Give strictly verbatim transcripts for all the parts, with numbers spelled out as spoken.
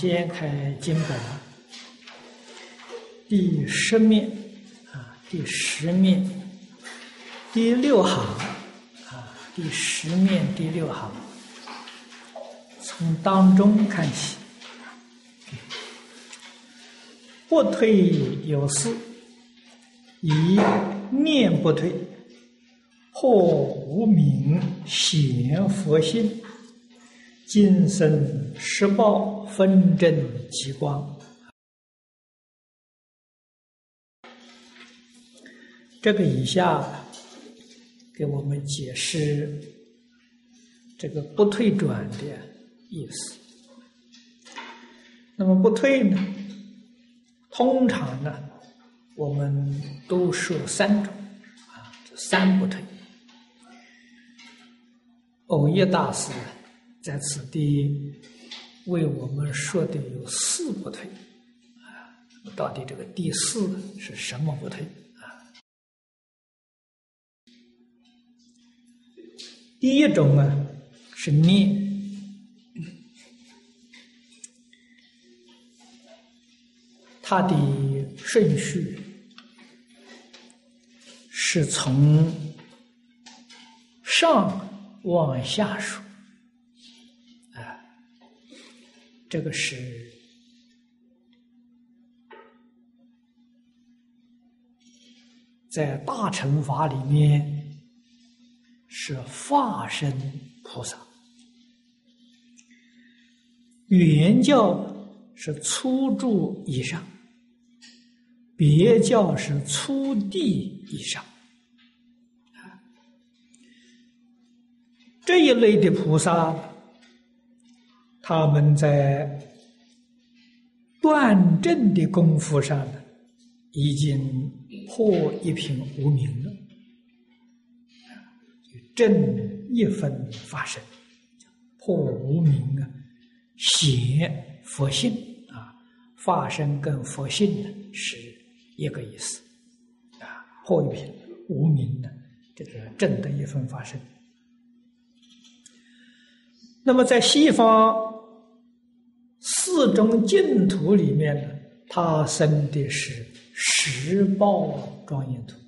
掀开经本，第十面啊，第十面第六行啊，第十面第六行，从当中看起。不退有四，以念不退，破无明显佛性，今生十报分真极光。这个以下给我们解释这个不退转的意思。那么不退呢，通常呢我们都说三种啊，这三不退。藕益大师在此地为我们说的有四不退啊，到底这个第四是什么不退啊？第一种啊是念，它的顺序是从上往下数啊，这个是在大乘法里面是化身菩萨，原教是初住以上，别教是初地以上。这一类的菩萨，他们在断证的功夫上呢，已经破一品无明了，正一分法身，破无明啊，显佛性啊，法身跟佛性呢是一个意思啊，破一品无明呢，这个正的一分法身。那么在西方四种净土里面呢，他生的是十报庄严土，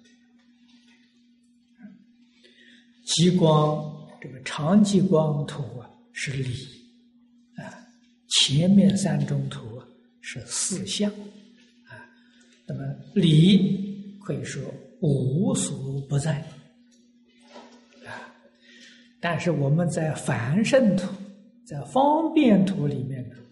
极光这个长极光土啊是理啊，前面三种土啊是四相啊，那么理可以说无所不在。但是我们在凡圣土、在方便土里面呢，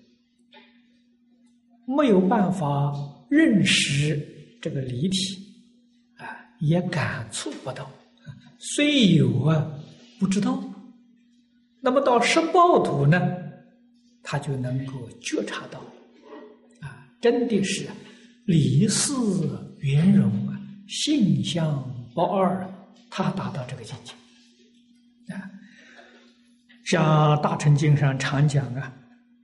没有办法认识这个离体啊，也感触不到，虽有啊，不知道。那么到十报土呢，他就能够觉察到啊，真的是离事圆融啊，性相不二，他达到这个境界啊。像大乘经上常讲啊，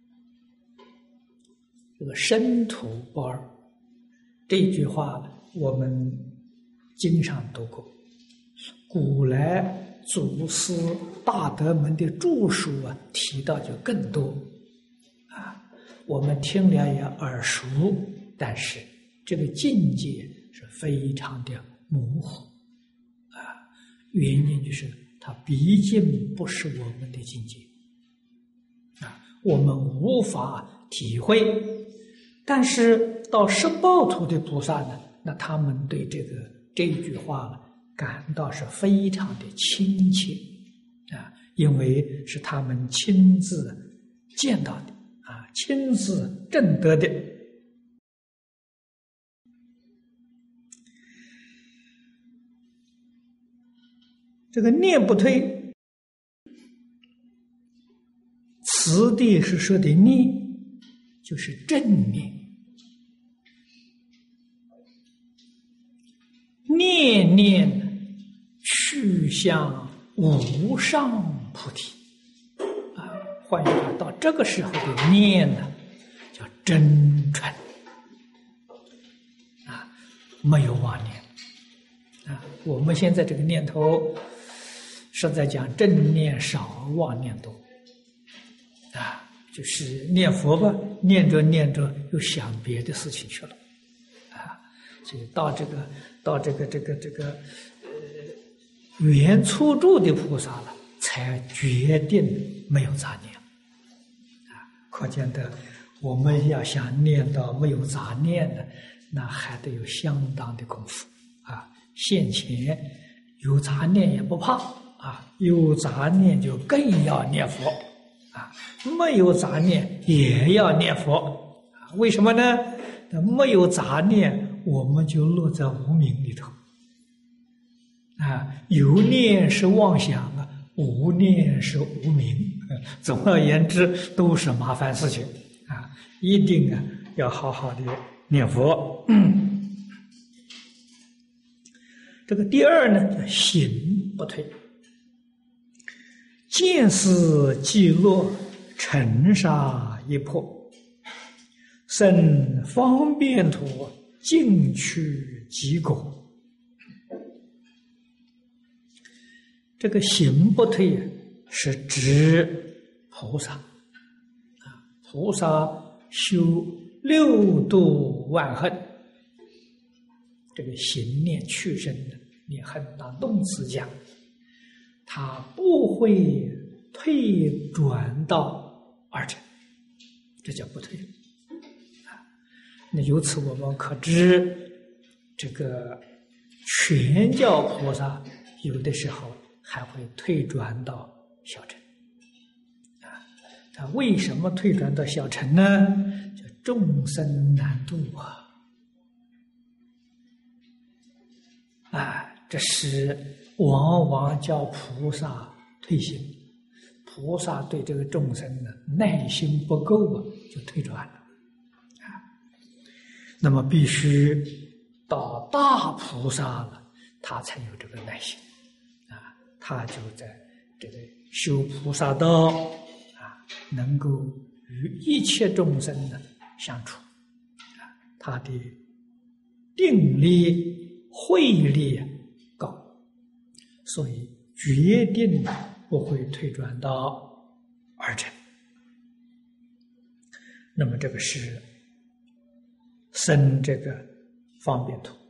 这个身土不二，这句话我们经上读过，古来祖师大德们的著述啊提到就更多啊，我们听了也耳熟，但是这个境界是非常的模糊啊，原因就是它毕竟不是我们的境界啊，我们无法体会。但是到十报土的菩萨呢，那他们对这个这一句话感到是非常的亲切啊，因为是他们亲自见到的啊，亲自证得的。这个念不退，此地是说的念，就是正念，念念去向无上菩提啊。换句话，到这个时候的念呢，叫真纯啊，没有妄念啊。我们现在这个念头是在讲正念少，妄念多啊， 就是念佛吧，念着念着又想别的事情去了，啊，所以到这个到这个这个这个呃原初住的菩萨了，才决定没有杂念，啊，可见的我们要想念到没有杂念的，那还得有相当的功夫啊。现前有杂念也不怕啊，有杂念就更要念佛啊，没有杂念也要念佛啊。为什么呢？没有杂念，我们就落在无明里头啊。有念是妄想啊，无念是无明。总而言之，都是麻烦事情啊！一定啊，要好好的念佛。嗯这个第二呢，叫行不退，见思即落，尘沙一破，生方便土，尽去即果。这个行不退是指菩萨啊，菩萨修六度万恨。这个行念去生的，你恨当动词讲，它不会退转到二乘，这叫不退啊。那由此我们可知，这个全教菩萨有的时候还会退转到小乘啊。他为什么退转到小乘呢？叫众生难度啊。啊，这是往往叫菩萨退心，菩萨对这个众生呢耐心不够啊，就退转了啊。那么必须到大菩萨了，他才有这个耐心啊，他就在这个修菩萨道啊，能够与一切众生呢相处啊，他的定力慧力高，所以决定不会退转到二乘。那么这个是生这个方便土。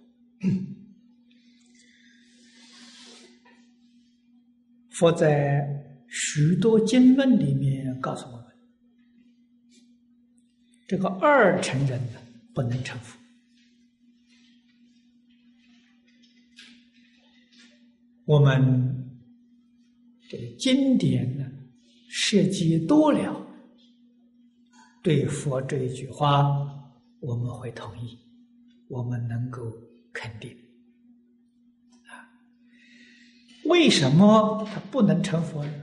佛在许多经论里面告诉我们，这个二乘人呢不能成佛。我们这个经典呢涉及多了，对佛这一句话我们会同意，我们能够肯定啊。为什么他不能成佛呢？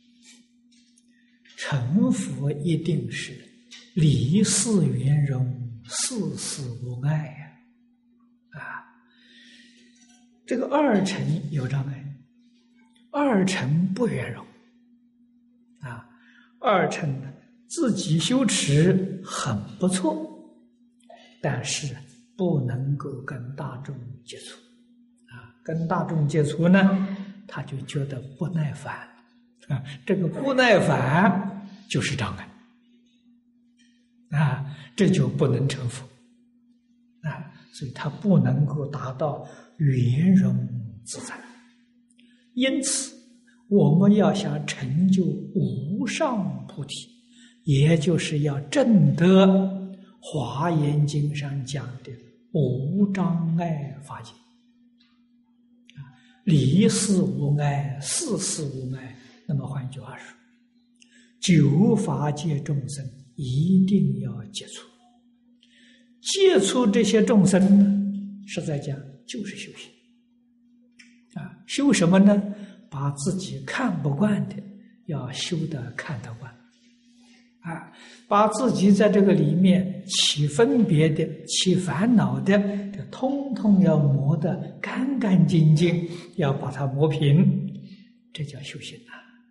成佛一定是离世圆融，世事无碍呀！啊，这个二乘有障碍，二乘不圆融啊。二乘呢，自己修持很不错，但是不能够跟大众接触啊。跟大众接触呢，他就觉得不耐烦啊。这个不耐烦就是障碍啊，这就不能成佛啊。所以他不能够达到圆融自在。因此我们要想成就无上菩提，也就是要证得华严经上讲的无障碍法界，离世无碍，世事无碍。那么换句话说，九法界众生一定要接触，接触这些众生呢，实在讲就是修行啊。修什么呢？把自己看不惯的要修得看得惯啊，把自己在这个里面起分别的、起烦恼的，这通通要磨得干干净净，要把它磨平，这叫修行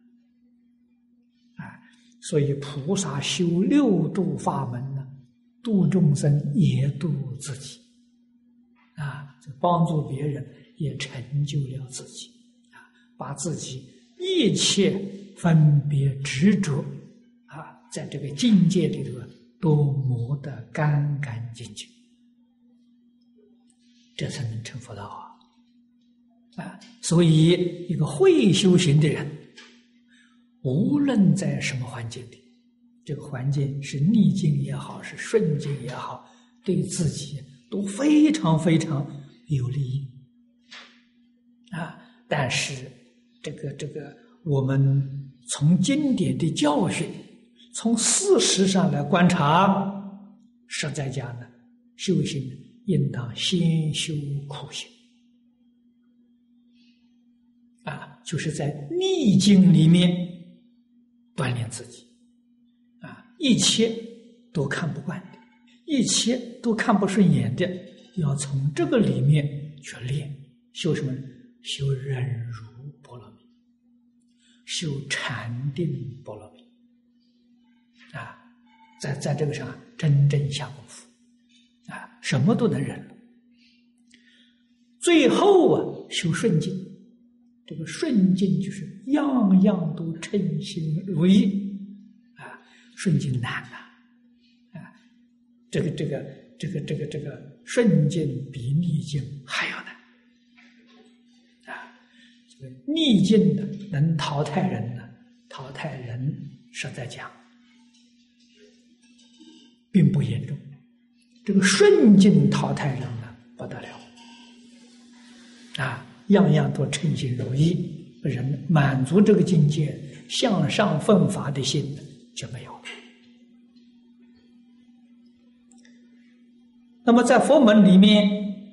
啊！啊，所以菩萨修六度法门呢，度众生也度自己啊，帮助别人也成就了自己啊，把自己一切分别执着啊， 在这个境界里头都磨得干干净净，这才能成佛道啊！啊，所以一个会修行的人，无论在什么环境里，这个环境是逆境也好，是顺境也好，对自己都非常非常有利益啊！但是这个这个，我们从经典的教训，从事实上来观察，实在讲呢，修行应当先修苦行啊，就是在逆境里面锻炼自己啊，一切都看不惯的，一切都看不顺眼的，要从这个里面去练，修什么呢？修忍辱波罗蜜，修禅定波罗蜜啊，在在这个上真正下功夫啊，什么都能忍了。最后啊，修顺境，这个顺境就是样样都称心如意啊，顺境难呐啊，这个这个这个这个这个顺境比逆境还要难啊，这个逆境的能淘汰人呢，淘汰人实在讲并不严重，这个顺境淘汰人呢不得了啊，样样都称心如意，人满足这个境界，向上奋发的心就没有了。那么在佛门里面，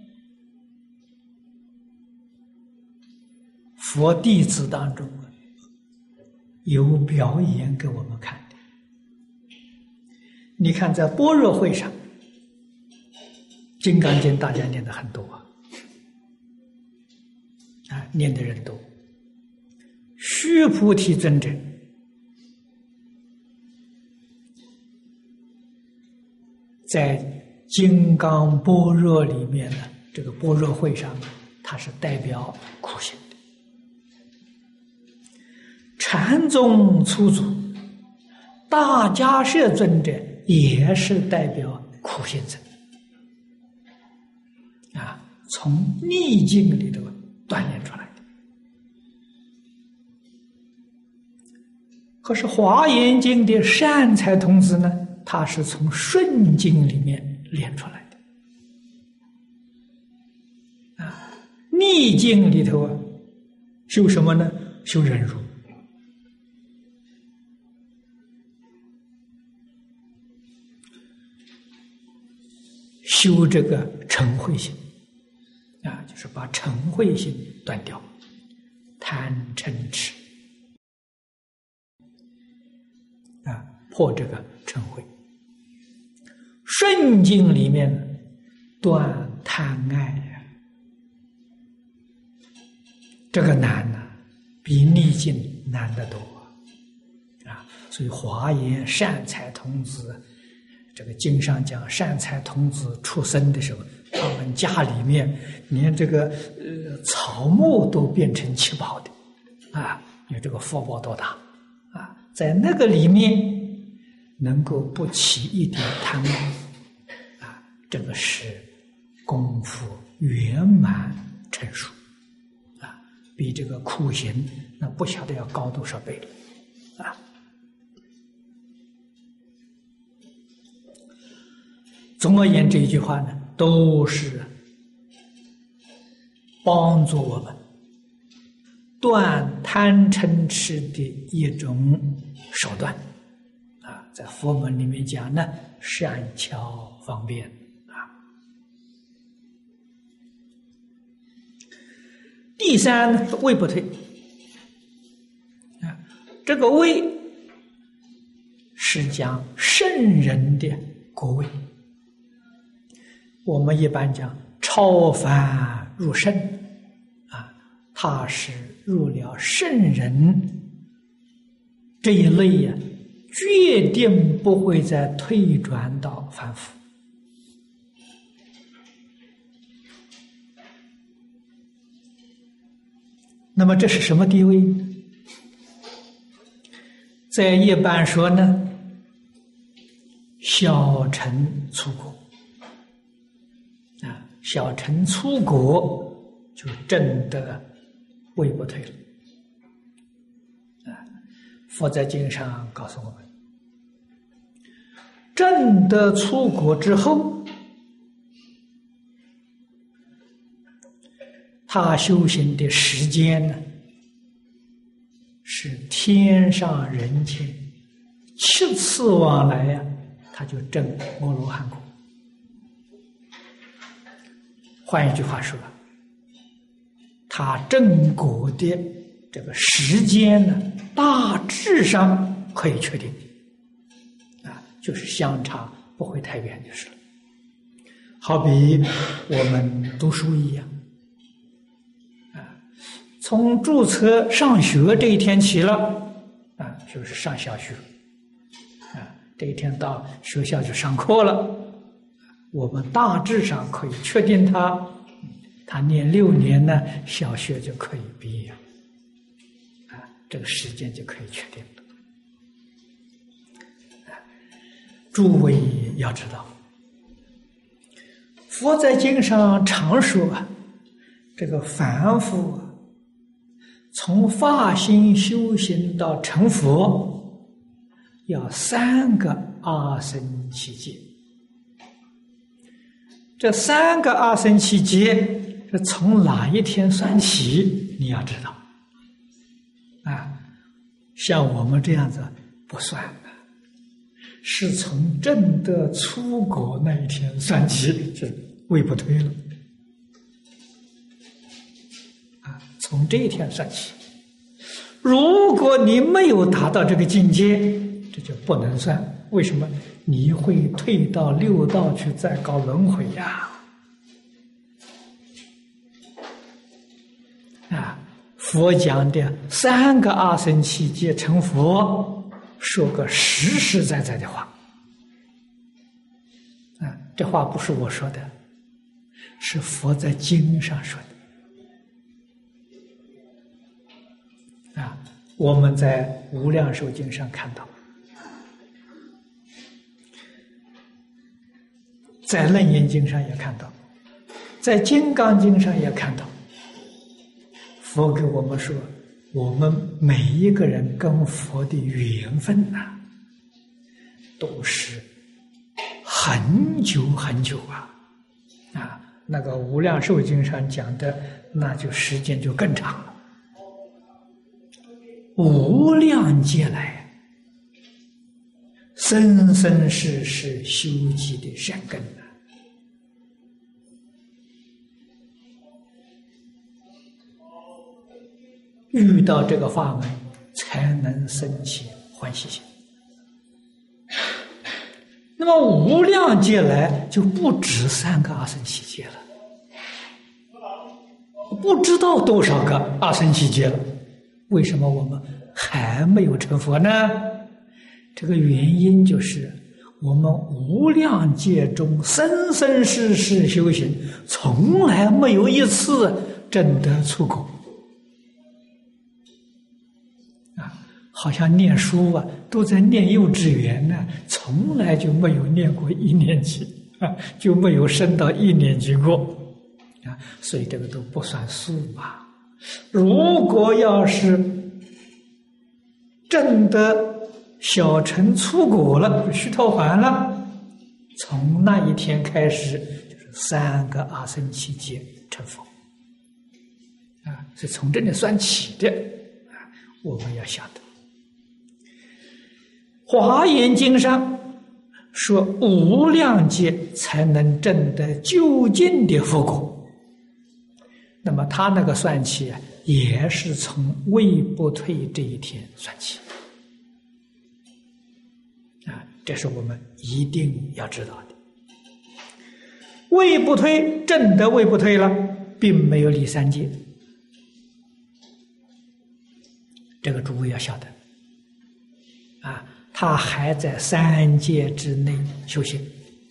佛弟子当中有表演给我们看的。你看在般若会上，金刚经大家念的很多啊，啊，念的人多。须菩提尊者在金刚般若里面呢，这个般若会上，它是代表苦行的。禅宗初祖大迦叶尊者也是代表苦行僧啊，从逆境里头锻炼出来的。可是华严经的善财童子呢，他是从顺境里面练出来的啊，逆境里头啊，修什么呢？修忍辱。修这个嗔恚心啊，就是把嗔恚心断掉，贪嗔痴啊，破这个嗔恚。顺境里面断贪爱呀，这个难呐、啊，比逆境难得多啊！所以华严善财童子。这个经上讲，善财童子出生的时候，他们家里面连这个呃草木都变成七宝的，啊，有这个福报多大啊！在那个里面能够不起一点贪爱，啊，这个是功夫圆满成熟，啊，比这个苦行那不晓得要高多少倍了，啊。总而言之，这一句话呢，都是帮助我们断贪嗔痴的一种手段啊，在佛门里面讲呢，善巧方便啊。第三呢，位不退啊，这个位是讲圣人的果位。我们一般讲超凡入圣啊，他是入了圣人这一类呀、啊，决定不会再退转到凡夫。那么这是什么地位呢？在一般说呢， 小乘出国啊，小乘出国就证得位不退了啊。佛在经上告诉我们，证得出国之后，他修行的时间呢，是天上人间七次往来呀、啊，他就证阿罗汉果。换一句话说，他证果的这个时间呢，大致上可以确定啊，就是相差不会太远就是了。好比我们读书一样啊，从注册上学这一天起了啊，就是上小学啊，这一天到学校就上课了，我们大致上可以确定他他念六年呢，小学就可以毕业啊，这个时间就可以确定了。诸位要知道，佛在经上常说啊，这个凡夫啊，从发心修行到成佛，要三个阿僧祇劫。这三个阿僧祇劫是从哪一天算起？你要知道啊，像我们这样子不算的，是从证得出国那一天算起，是位不退了啊，从这一天算起。如果你没有达到这个境界，这就不能算。为什么？你会退到六道去再搞轮回呀！啊，佛讲的三个阿僧祇劫成佛，说个实实在在的话。啊，这话不是我说的，是佛在经上说的。啊，我们在《无量寿经》上看到，在《楞严经》上也看到，在《金刚经》上也看到，佛给我们说，我们每一个人跟佛的缘分呐、啊，都是很久很久啊！啊，那个《无量寿经》上讲的，那就时间就更长了。无量劫来，生生世世修积的善根啊，遇到这个法门，才能生起欢喜心。那么无量劫来就不止三个阿僧祇劫了，不知道多少个阿僧祇劫了。为什么我们还没有成佛呢？这个原因就是我们无量劫中生生世世修行，从来没有一次证得出果啊！好像念书啊，都在念幼稚园呢，从来就没有念过一年级啊，就没有升到一年级过啊，所以这个都不算数啊。如果要是证得小乘出果了，须陀洹了，从那一天开始就是三个阿僧祇劫成佛啊，是从这里算起的啊，我们要晓得。华严经上说无量劫才能证得究竟的佛果，那么他那个算起啊，也是从位不退这一天算起啊，这是我们一定要知道的。位不退，证得位不退了，并没有离三界，这个诸位要晓得啊，他还在三界之内修行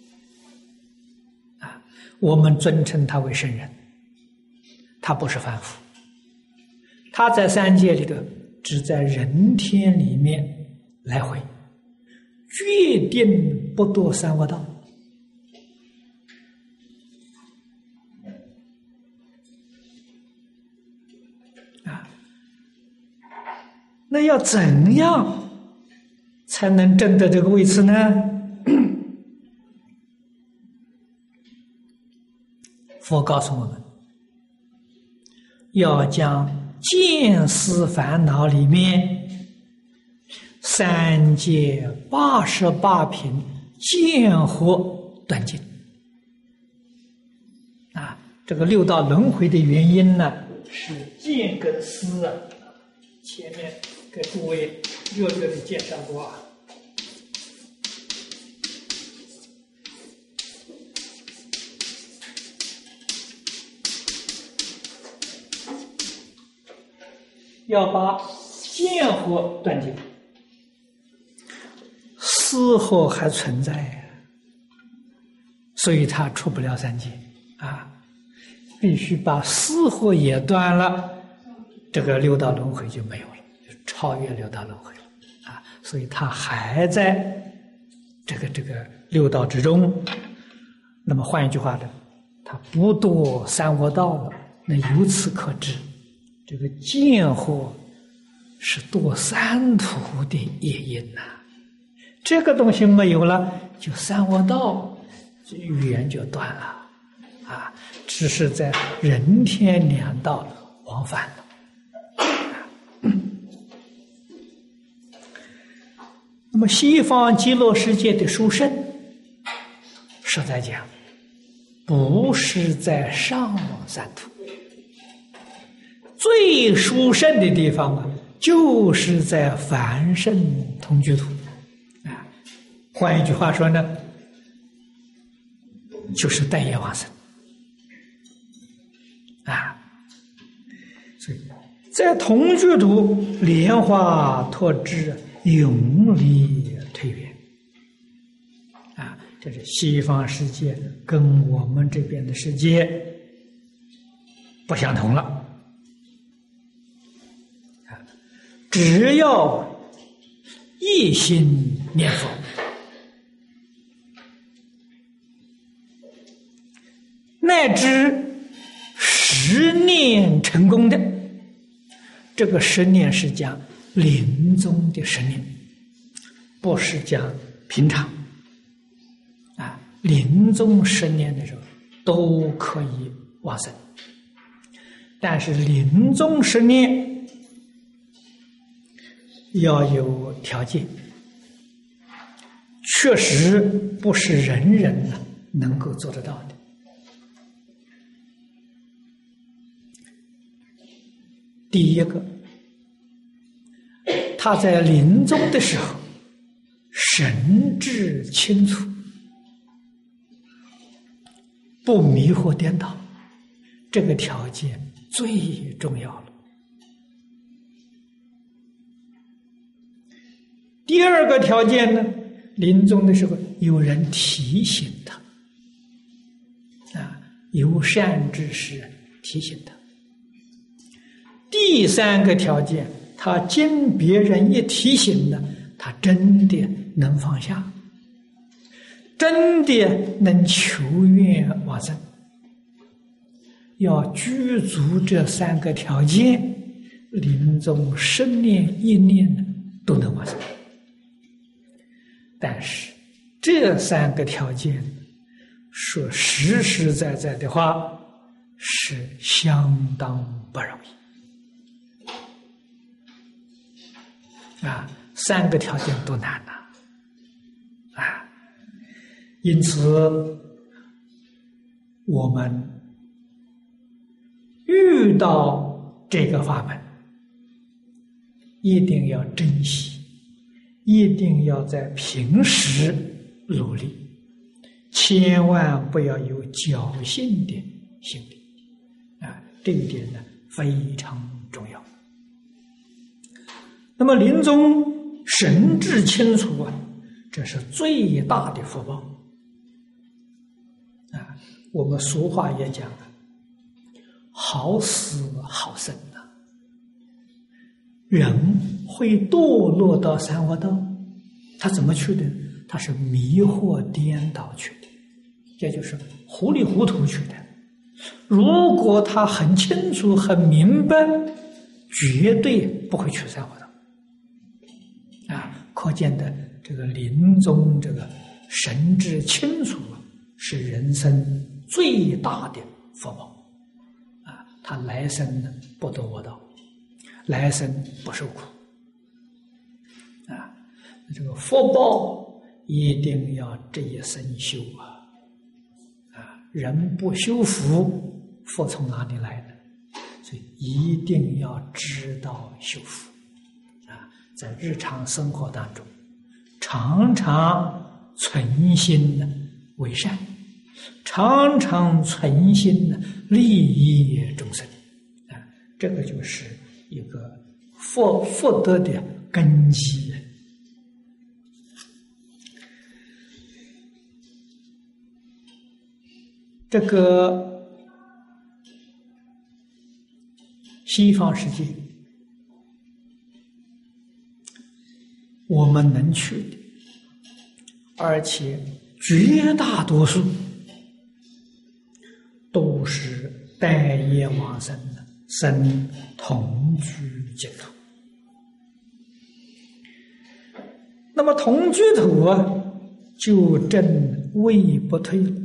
啊，我们尊称他为圣人，他不是凡夫，他在三界里头只在人天里面来回，决定不堕三恶道。啊，那要怎样才能证得这个位次呢？佛告诉我们，要将见思烦恼里面三界八十八品见惑断尽。啊，这个六道轮回的原因呢，是见跟思啊。前面给诸位略略的介绍过啊。要把见惑断尽，思惑还存在呀，所以他出不了三界啊！必须把思惑也断了，这个六道轮回就没有了，就超越六道轮回了啊！所以他还在这个这个六道之中。那么换一句话呢，他不堕三恶道了。那由此可知，这个见惑是堕三途的业因呐、啊，这个东西没有了，就三恶道这缘就断了啊，只是在人天两道往返了。那么西方极乐世界的殊胜，实在讲，不是在上往三途。最殊胜的地方啊，就是在凡圣同居土啊。换一句话说呢，就是待业往生啊。所以在同居土莲花托枝，永离退远啊。这是西方世界跟我们这边的世界不相同了。只要一心念佛，乃至十念成功的，这个十念是讲临终的十念，不是讲平常啊。临终十年的时候都可以往生，但是临终十年要有条件，确实不是人人啊能够做得到的。第一个，他在临终的时候神智清楚，不迷惑颠倒，这个条件最重要了。第二个条件呢，临终的时候有人提醒他，啊，有善知识提醒他。第三个条件，他经别人一提醒呢，他真的能放下，真的能求愿往生。要具足这三个条件，临终十念一念呢都能往生。但是这三个条件说实实在在的话是相当不容易啊，三个条件都难呐 啊, 啊因此我们遇到这个法门一定要珍惜，一定要在平时努力，千万不要有侥幸的心理啊！这一点呢非常重要。那么临终神智清楚啊，这是最大的福报啊！我们俗话也讲啊，好死好生啊！人会堕落到三恶道，他怎么去的？ 他是迷惑颠倒去的，也就是糊里糊涂去的。如果他很清楚、很明白，绝对不会去三活道。啊，可见的这个临终这个神志清楚，是人生最大的福报。啊，他来生呢不得我道，来生不受苦。啊，这个福报一定要这一生修啊！啊，人不修福，福从哪里来呢？所以一定要知道修福啊，在日常生活当中，常常存心呢为善，常常存心呢利益众生啊，这个就是一个福福德的根基。这个西方世界，我们能去的，而且绝大多数都是待业往生的，生同居净土。那么同居土啊，就证位不退了。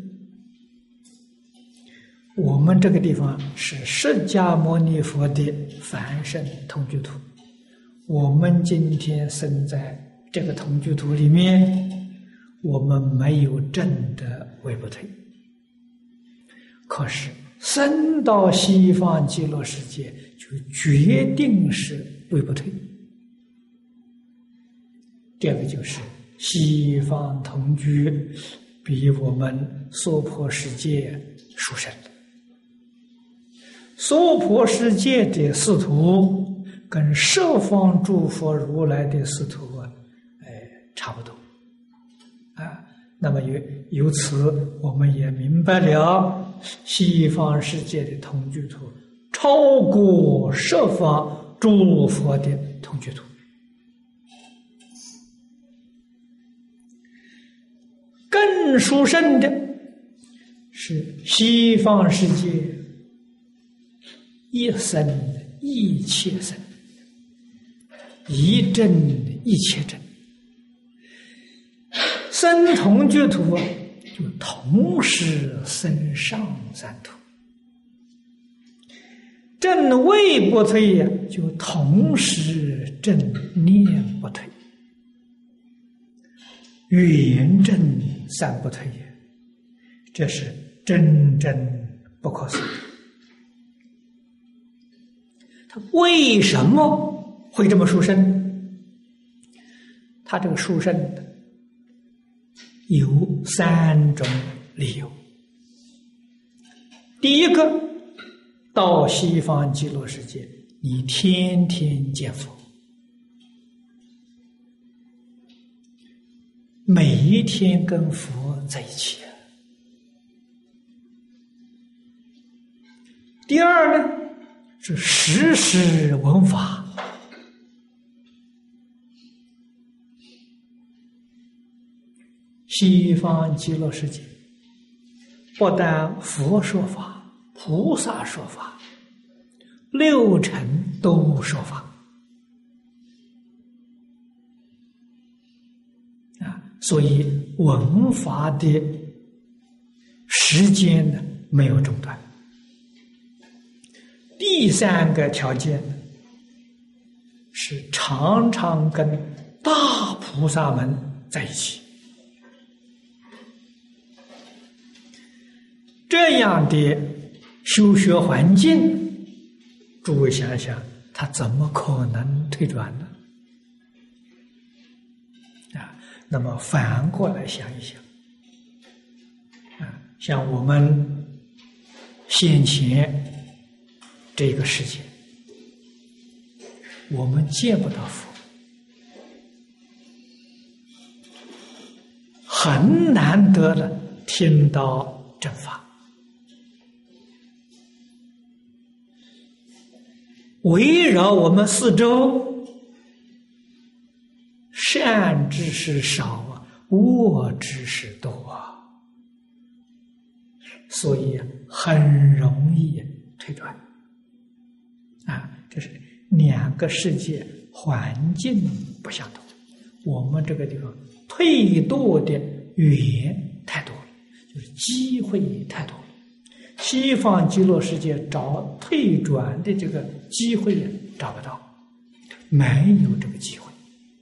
我们这个地方是释迦牟尼佛的凡圣同居土，我们今天生在这个同居土里面，我们没有证得位不退。可是生到西方极乐世界，就决定是位不退。这个就是西方同居比我们娑婆世界殊胜。娑婆世界的仕途跟十方诸佛如来的仕途啊，哎，差不多啊。那么由由此，我们也明白了西方世界的同居土超过十方诸佛的同居土。更殊胜的是西方世界一生一切生，一真一切真，生同居土啊，就同时生上三土；正位不退呀、啊，就同时正念不退；圆正三不退呀，这是真正不可思议。为什么会这么殊胜？他这个殊胜的有三种理由。第一个，到西方极乐世界，你天天见佛，每一天跟佛在一起。第二呢，是时时闻法，西方极乐世界不但佛说法，菩萨说法，六尘都说法啊，所以闻法的时间呢没有中断。第三个条件是常常跟大菩萨们在一起，这样的修学环境，诸位想想，他怎么可能退转呢？啊，那么反过来想一想，啊，像我们先前这个世界，我们见不到佛，很难得的听到正法，围绕我们四周善知识少啊， 我知识多啊，所以很容易退转啊。这是两个世界环境不相同，我们这个地方退堕的语言太多了，就是机会太多了。西方极乐世界找退转的这个机会也找不到，没有这个机会。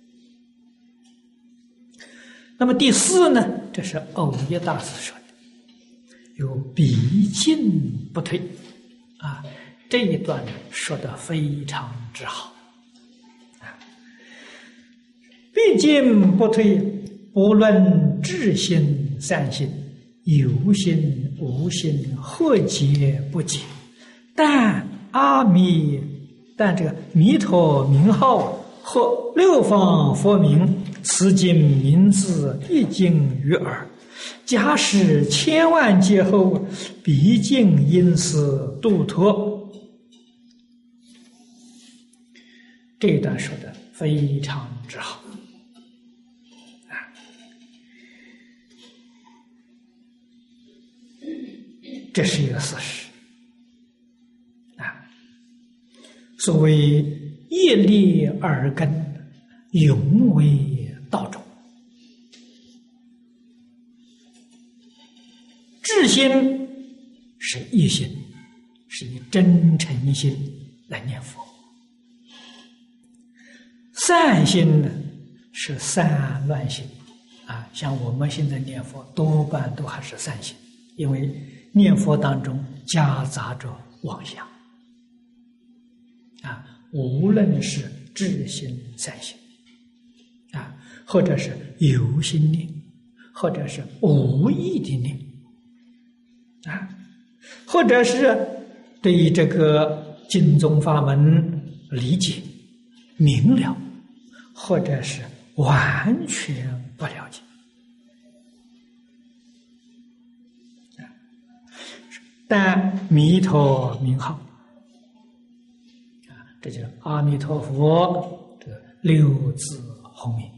那么第四呢，这是藕益大师说的，有毕竟不退啊，这一段说得非常之好啊。毕竟不退，不论智心善心，有心无心，或解不解，但阿弥但这个弥陀名号或六方佛名，此经名字一经于耳，假使千万劫后，毕竟因此度脱。这一段说的非常之好啊！这是一个事实啊。所谓业力耳根，永为道种。智心是一心，是以真诚心来念佛；善心呢，是散乱心啊。像我们现在念佛，多半都还是善心，因为念佛当中夹杂着妄想啊。无论是智心、善心啊，或者是有心念，或者是无意的念啊，或者是对于这个经宗法门理解明了，或者是完全不了解啊。但弥陀名号啊，这就是阿弥陀佛这个六字洪名，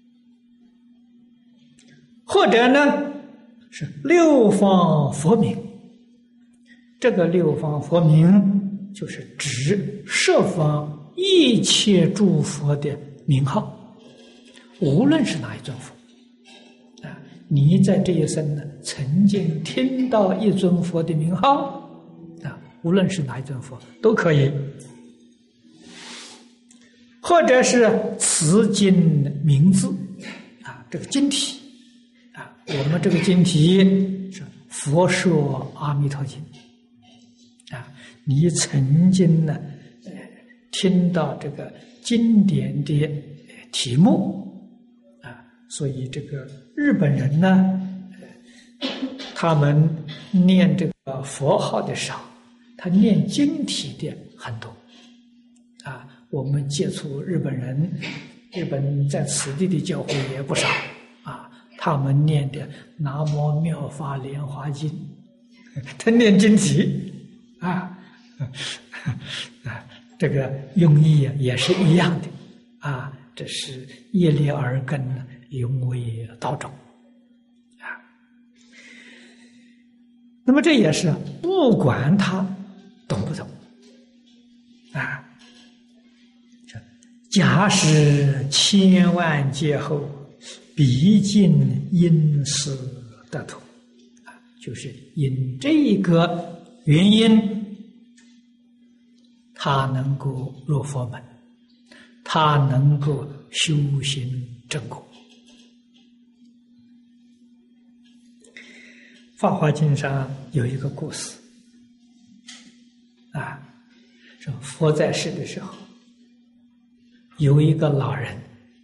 或者呢是六方佛名。这个六方佛名就是指十方一切诸佛的名号，无论是哪一尊佛啊，你在这一生呢曾经听到一尊佛的名号啊，无论是哪一尊佛都可以，或者是此经名字啊，这个经体啊，我们这个经体是《佛说阿弥陀经》啊，你曾经呢，呃，听到这个经典的题目啊，所以这个日本人呢，呃、他们念这个佛号的少，他念经体的很多啊。我们接触日本人，日本在此地的教会也不少啊，他们念的《南无妙法莲华经》，他念经体啊，啊，这个用意也是一样的啊，这是业力耳根，永为道种啊。那么这也是不管他懂不懂啊。假使千万劫后，毕竟因此得脱啊，就是因这个原因，他能够入佛门，他能够修行正果。《法华经》上有一个故事啊，说佛在世的时候，有一个老人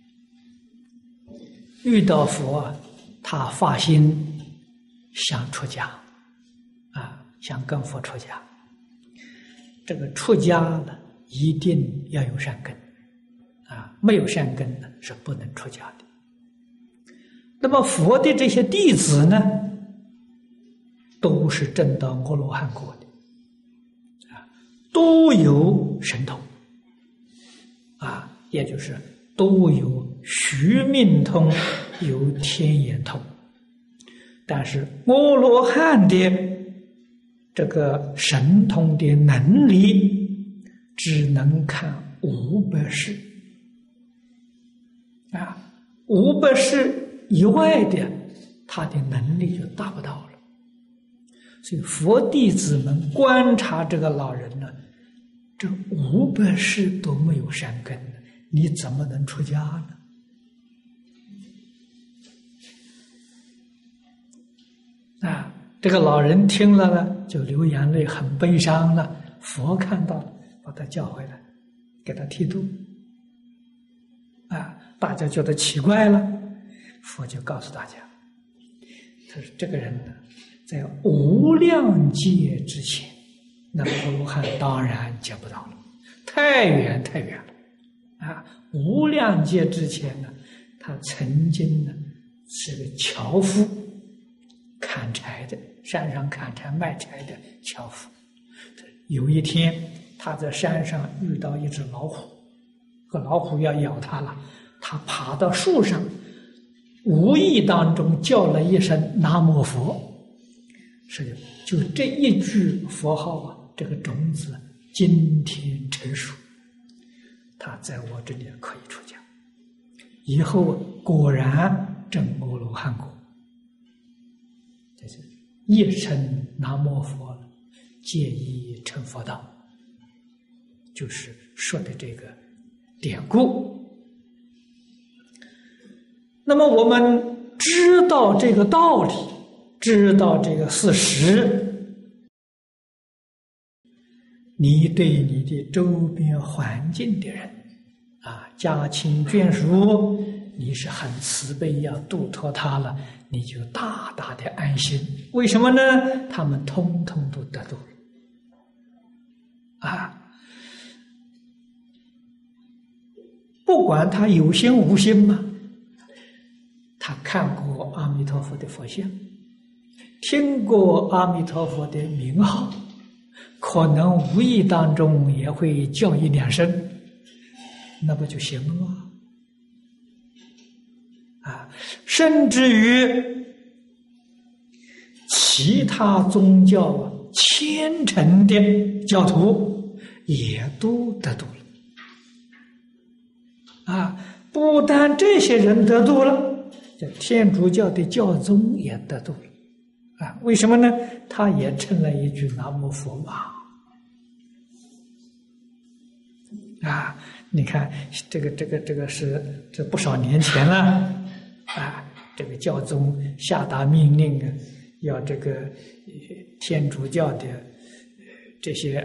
遇到佛，他发心想出家啊，想跟佛出家。这个出家呢，一定要有善根啊，没有善根呢是不能出家的。那么佛的这些弟子呢，都是证到阿罗汉果的啊，都有神通啊，也就是都有须命通有天眼通，但是阿罗汉的这个神通的能力，只能看五百世啊，五百世以外的，他的能力就达不到了。所以佛弟子们观察这个老人呢，这五百世都没有善根呢，你怎么能出家呢？啊，这个老人听了呢，就流眼泪，很悲伤了。佛看到了，把他叫回来，给他剃度。啊，大家觉得奇怪了，佛就告诉大家，他说这个人呢，在无量劫之前，那么阿罗汉当然见不到了，太远太远了。啊，无量劫之前呢，他曾经呢是个樵夫。砍柴的，山上砍柴卖柴的樵夫。有一天，他在山上遇到一只老虎，这老虎要咬他了，他爬到树上，无意当中叫了一声“南无佛”，是就这一句佛号啊，这个种子今天成熟，他在我这里可以出家，以后果然证阿罗汉果。这是一声南无佛了，皆已成佛道，就是说的这个典故。那么我们知道这个道理，知道这个事实，你对你的周边环境的人啊，家亲眷属，你是很慈悲，要度脱他了，你就大大的安心。为什么呢？他们通通都得度了啊！不管他有心无心嘛，他看过阿弥陀佛的佛像，听过阿弥陀佛的名号，可能无意当中也会叫一两声，那不就行了吗？啊，甚至于其他宗教啊虔诚的教徒也都得度了啊！不但这些人得度了，这天主教的教宗也得度了啊！为什么呢？他也称了一句南无佛嘛啊！你看这个这个这个是这不少年前了。啊，这个教宗下达命令啊，要这个天主教的这些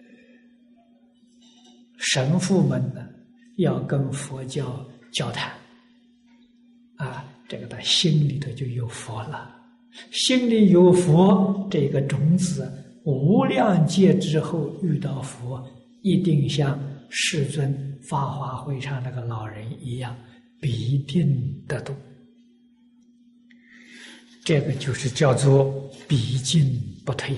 神父们呢，要跟佛教交谈。啊，这个他心里头就有佛了，心里有佛，这个种子无量劫之后遇到佛，一定像世尊法华会上那个老人一样，必定得度。这个就是叫做必进不退。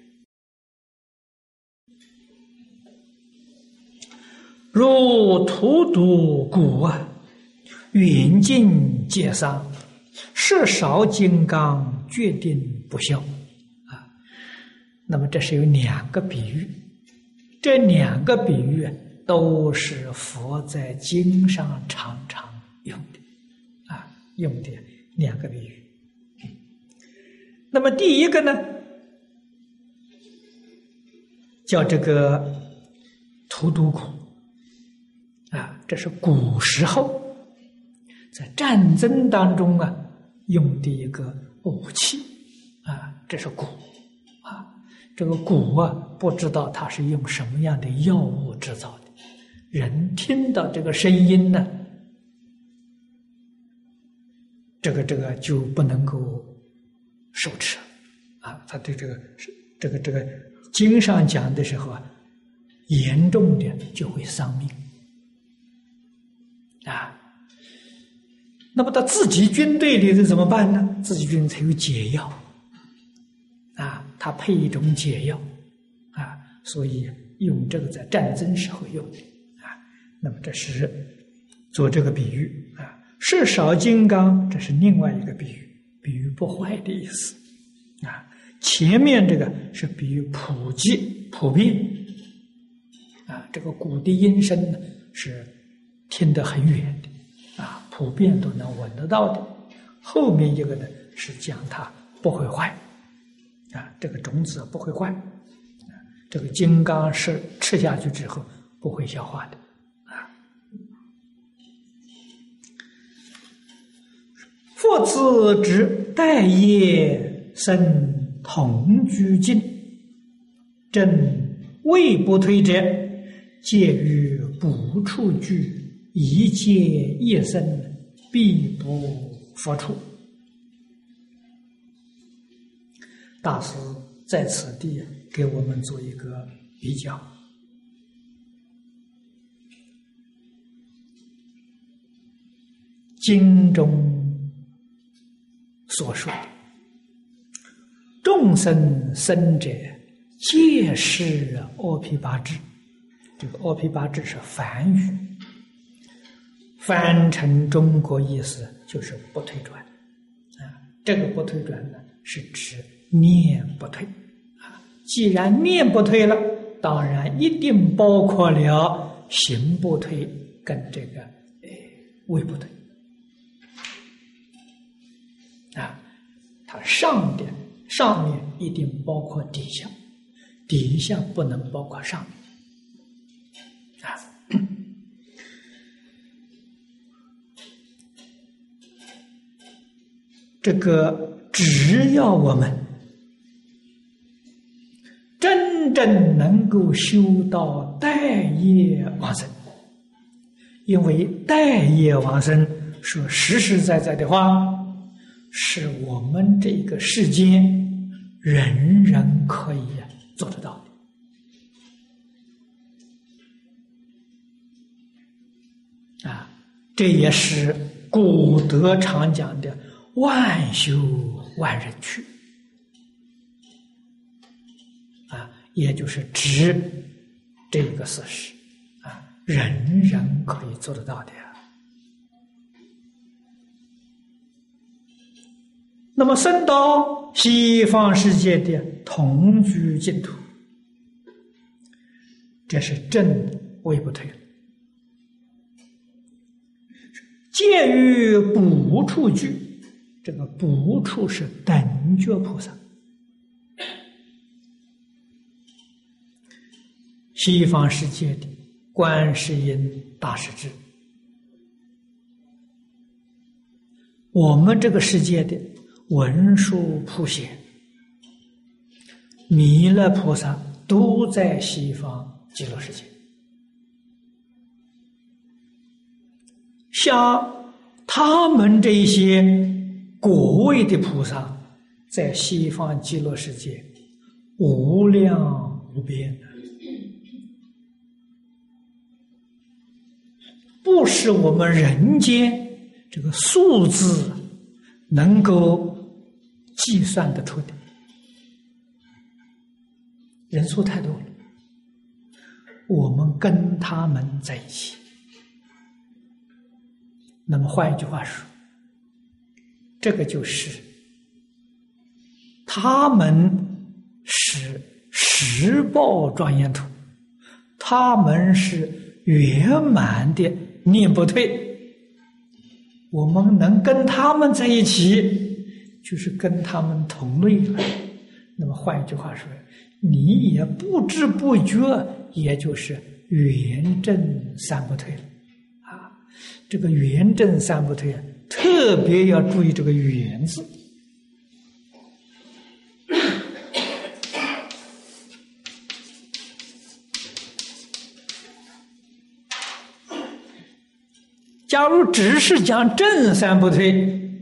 如荼毒古啊，远近皆丧，是少金刚，决定不孝啊。那么这是有两个比喻，这两个比喻都是佛在经上常常用的啊，用的两个比喻。那么第一个呢，叫这个荼毒苦啊，这是古时候在战争当中啊用的一个武器啊，这是鼓啊，这个鼓啊，不知道它是用什么样的药物制造的，人听到这个声音呢，这个这个就不能够受持啊，他对这个这个这个经上讲的时候啊，严重的就会丧命啊。那么他自己军队里头怎么办呢？自己军队有解药啊，他配一种解药啊，所以用这个在战争时候用啊。那么这是做这个比喻啊， 是少金刚，这是另外一个比喻，比喻不坏的意思啊。前面这个是比喻普及、普遍啊，这个鼓的音声呢是听得很远的啊，普遍都能闻得到的。后面一个呢是讲它不会坏啊，这个种子不会坏，啊、这个金刚是吃下去之后不会消化的啊。复次指待业生同居境，正未不退者，介于不处居，一切业生，必不复处。大师在此地给我们做一个比较。经中所说的众生生者，皆是阿毗跋致。这个阿毗跋致是梵语，翻成中国意思就是不退转啊。这个不退转呢，是指念不退啊。既然念不退了，当然一定包括了行不退跟这个呃位不退啊。它上点上面一定包括底下，底下不能包括上面啊。这个只要我们真正能够修到待业往生，因为待业往生说实实在在的话，是我们这个世间人人可以做得到的啊。这也是古德常讲的万修万人去啊，也就是指这个事实啊，人人可以做得到的呀。那么升到西方世界的同居净土，这是正位不退。介于不处居，这个不处是等觉菩萨。西方世界的观世音大势至，我们这个世界的文殊普贤、弥勒菩萨都在西方极乐世界。像他们这些果位的菩萨，在西方极乐世界无量无边，不是我们人间这个数字能够计算得出的，人数太多了。我们跟他们在一起，那么换一句话说，这个就是他们是十报庄严土，他们是圆满的念不退。我们能跟他们在一起，就是跟他们同类了。那么换一句话说，你也不知不觉，也就是圆正三不退了啊。这个圆正三不退啊，特别要注意这个圆字。假如只是讲正三不退，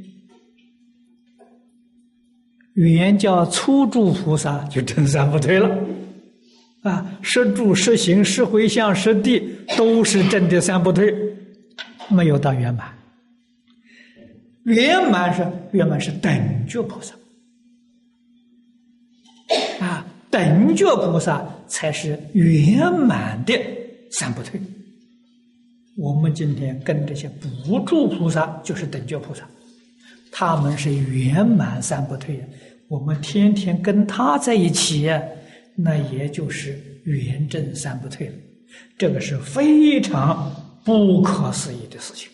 原叫初住菩萨就正三不退了啊，十住、十行、十回向、十地都是正的三不退，没有到圆满。圆满是圆满是等觉菩萨啊，等觉菩萨才是圆满的三不退我们今天跟这些补助菩萨，就是等觉菩萨，他们是圆满三不退，我们天天跟他在一起，那也就是圆正三不退了。这个是非常不可思议的事情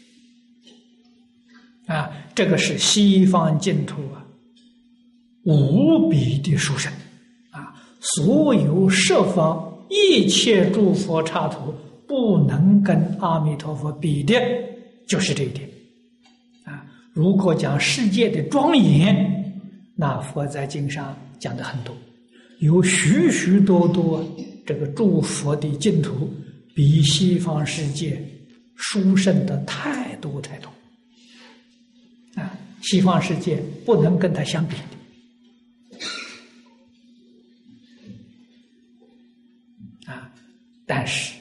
啊！这个是西方净土啊，无比的殊胜啊！所有十方一切诸佛刹土不能跟阿弥陀佛比的，就是这一点啊！如果讲世界的庄严，那佛在经上讲的很多，有许许多多这个诸佛的净土比西方世界殊胜的太多太多啊！西方世界不能跟它相比的啊！但是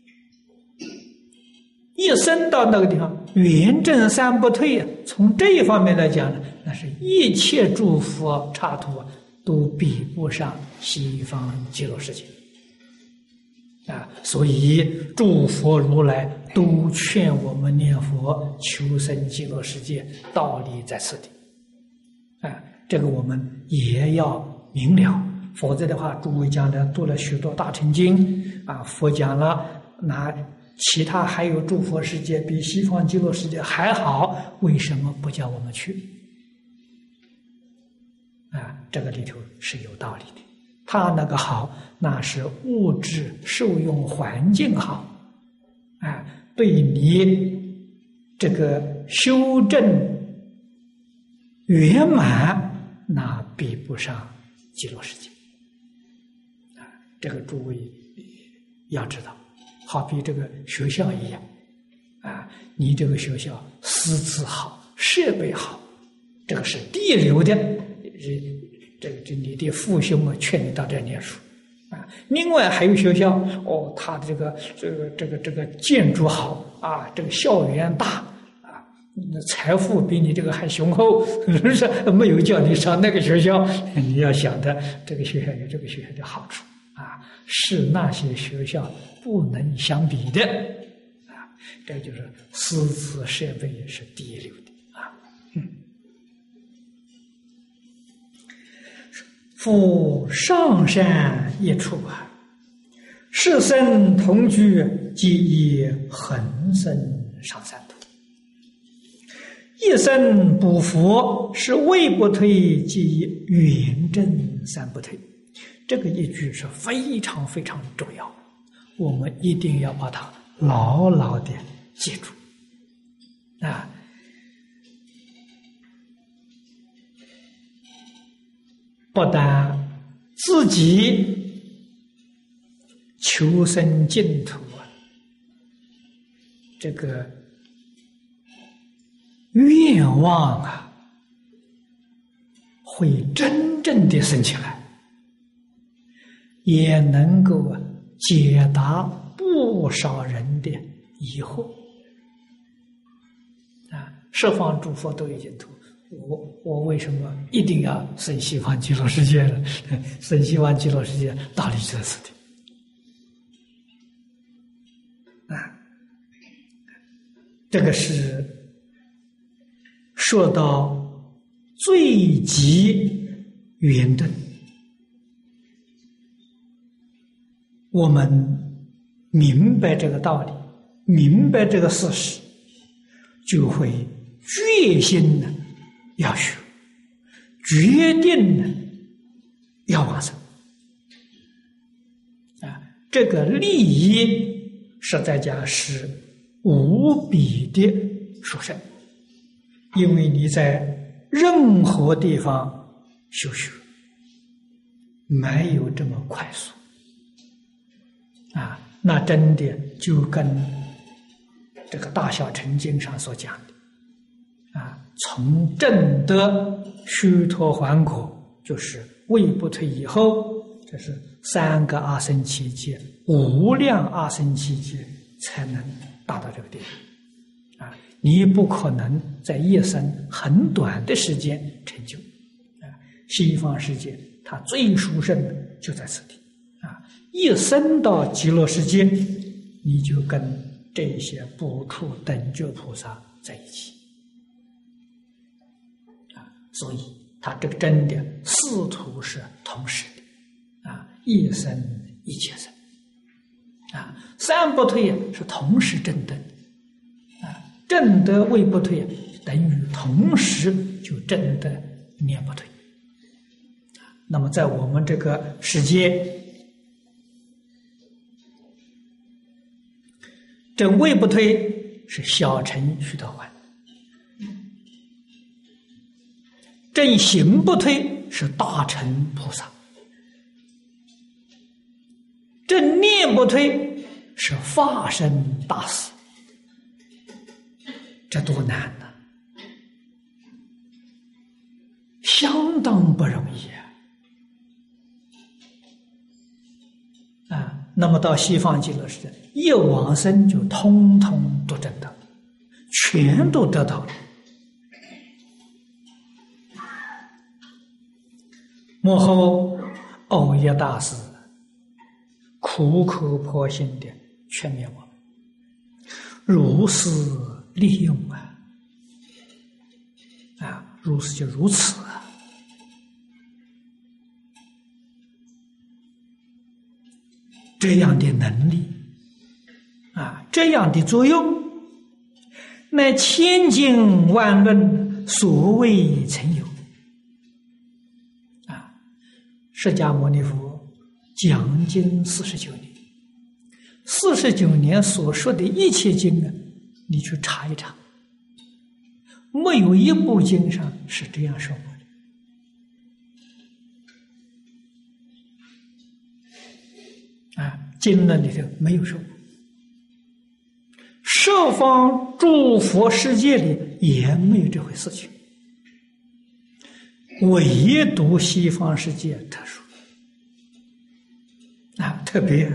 一生到那个地方，圆正三不退，从这一方面来讲呢，那是一切诸佛刹土都比不上西方极乐世界啊！所以诸佛如来都劝我们念佛求生极乐世界，道理在此地啊！这个我们也要明了，否则的话，诸位将来读了许多大乘经啊，佛讲了那其他还有诸佛世界比西方极乐世界还好，为什么不叫我们去啊？这个里头是有道理的。他那个好，那是物质受用环境好啊，对你这个修正圆满，那比不上极乐世界啊！这个诸位要知道，好比这个学校一样啊，你这个学校师资好，设备好，这个是第一流的，这个这你的父兄啊劝你到这念书啊。另外还有学校哦，他的这个这个这个这个建筑好啊，这个校园大啊，财富比你这个还雄厚，是不是？没有叫你上那个学校，你要想的这个学校有这个学校的好处啊，是那些学校不能相比的啊。这就是师资设备也是第一流的啊。嗯。复上善一处啊，世僧同居，即以恒生上三途。一生补佛，是位不退，即以圆正三不退。这个一句是非常非常重要，我们一定要把它牢牢的记住啊。不但自己求生净土啊，这个愿望啊，会真正的升起来，也能够啊解答不少人的疑惑啊。十方诸佛都有净土。我我为什么一定要生西方极乐世界呢？生西方极乐世界道理就在此地啊。这个是说到最极圆顿，我们明白这个道理，明白这个事实，就会决心呢要学，决定呢要往生啊！这个利益实在讲是无比的殊胜，因为你在任何地方修学，没有这么快速啊！那真的就跟这个大小乘经上所讲的啊。从证得须陀洹果，就是位不退以后，这是三个阿僧祇劫、无量阿僧祇劫才能达到这个地步啊！你不可能在一生很短的时间成就啊！西方世界它最殊胜的就在此地啊！一生到极乐世界，你就跟这些不处等觉菩萨在一起啊，所以他这个真的四土是同时的啊，一生一切生啊，三不退是同时正等啊，正得位不退等于同时就正得念不退。那么在我们这个世界，这位不退是小乘须陀洹，正行不退是大乘菩萨，正念不退是化身大士，这多难呐、啊！相当不容易啊！啊，那么到西方极乐世界，一往生就通通都证得，全都得到了。幕后欧耶大师苦口婆心的劝勉我们，如是利用啊！啊，如是就如此啊！这样的能力啊，这样的作用，乃千经万论所未曾有啊！释迦牟尼佛讲经四十九年，四十九年所说的一切经啊，你去查一查，没有一部经上是这样说过的。啊，经论里头没有说过，十方诸佛世界里也没有这回事情，唯独西方世界特殊啊，特别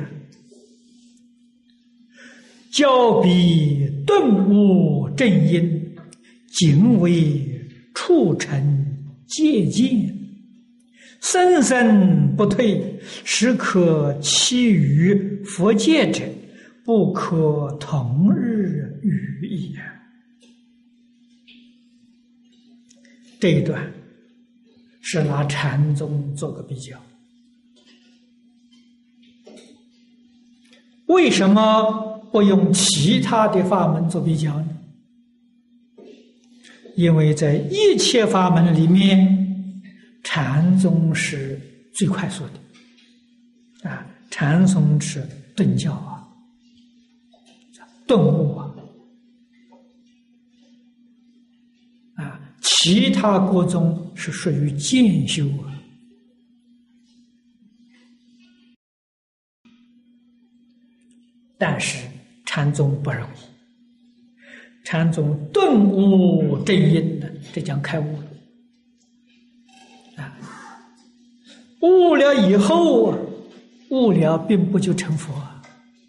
教比顿悟正因，仅为处成戒见，生生不退，实可期于佛界者，不可同日语也。这一段是拿禅宗做个比较。为什么不用其他的法门做比较呢？因为在一切法门里面，禅宗是最快速的啊，禅宗是顿教啊，顿悟啊，啊，其他各宗是属于渐修啊。但是禅宗不容易，禅宗顿悟正因的，这讲开悟了。悟了以后啊，悟了并不就成佛啊，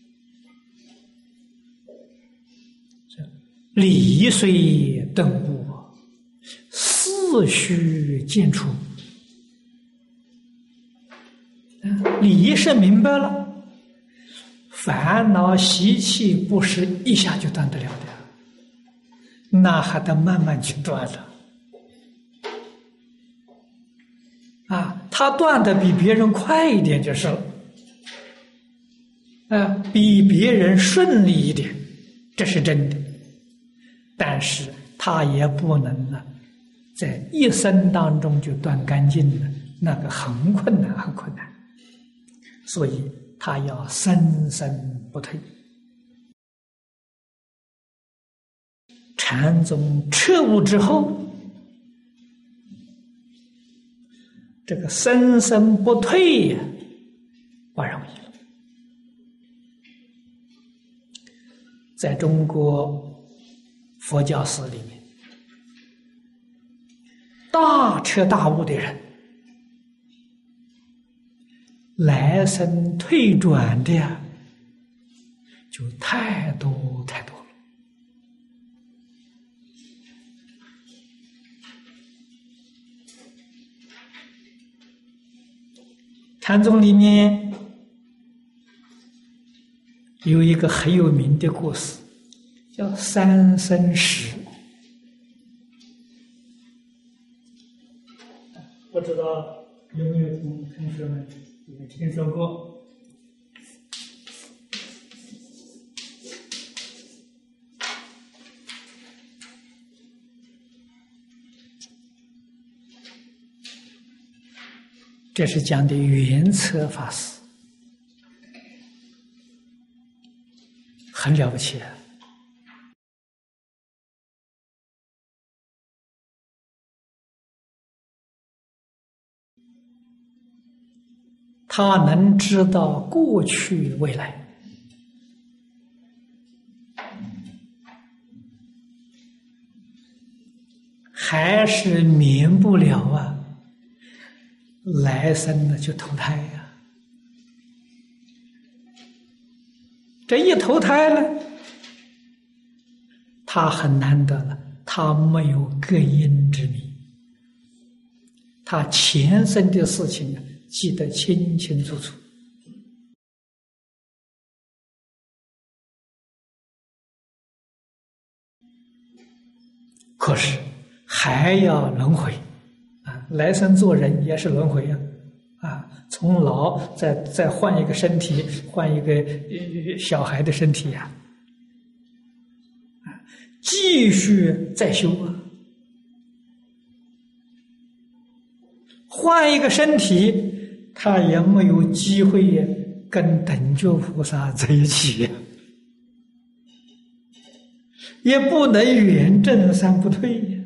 理虽顿悟，事须见出。理是明白了，烦恼习气不是一下就断得了的，那还得慢慢去断的。啊，他断的比别人快一点就是了，啊，比别人顺利一点，这是真的。但是他也不能呢，在一生当中就断干净了，那个很困难，很困难。所以他要生生不退。禅宗彻悟之后，这个生生不退呀，不容易了。在中国佛教史里面，大彻大悟的人，来生退转的呀，就太多太多了。禅宗里面有一个很有名的故事，叫三生石。不知道有没有同同学们有听说过？这是讲的圆策法师，很了不起啊！他能知道过去未来，还是免不了啊来生呢就投胎呀、啊。这一投胎呢，他很难得了，他没有隔阴之谜，他前生的事情记得清清楚楚。可是还要轮回啊！来生做人也是轮回呀、啊！啊，从老再再换一个身体，换一个小孩的身体呀、啊！啊，继续再修啊！换一个身体，他也没有机会跟等觉菩萨在一起呀、啊，也不能远证三不退呀。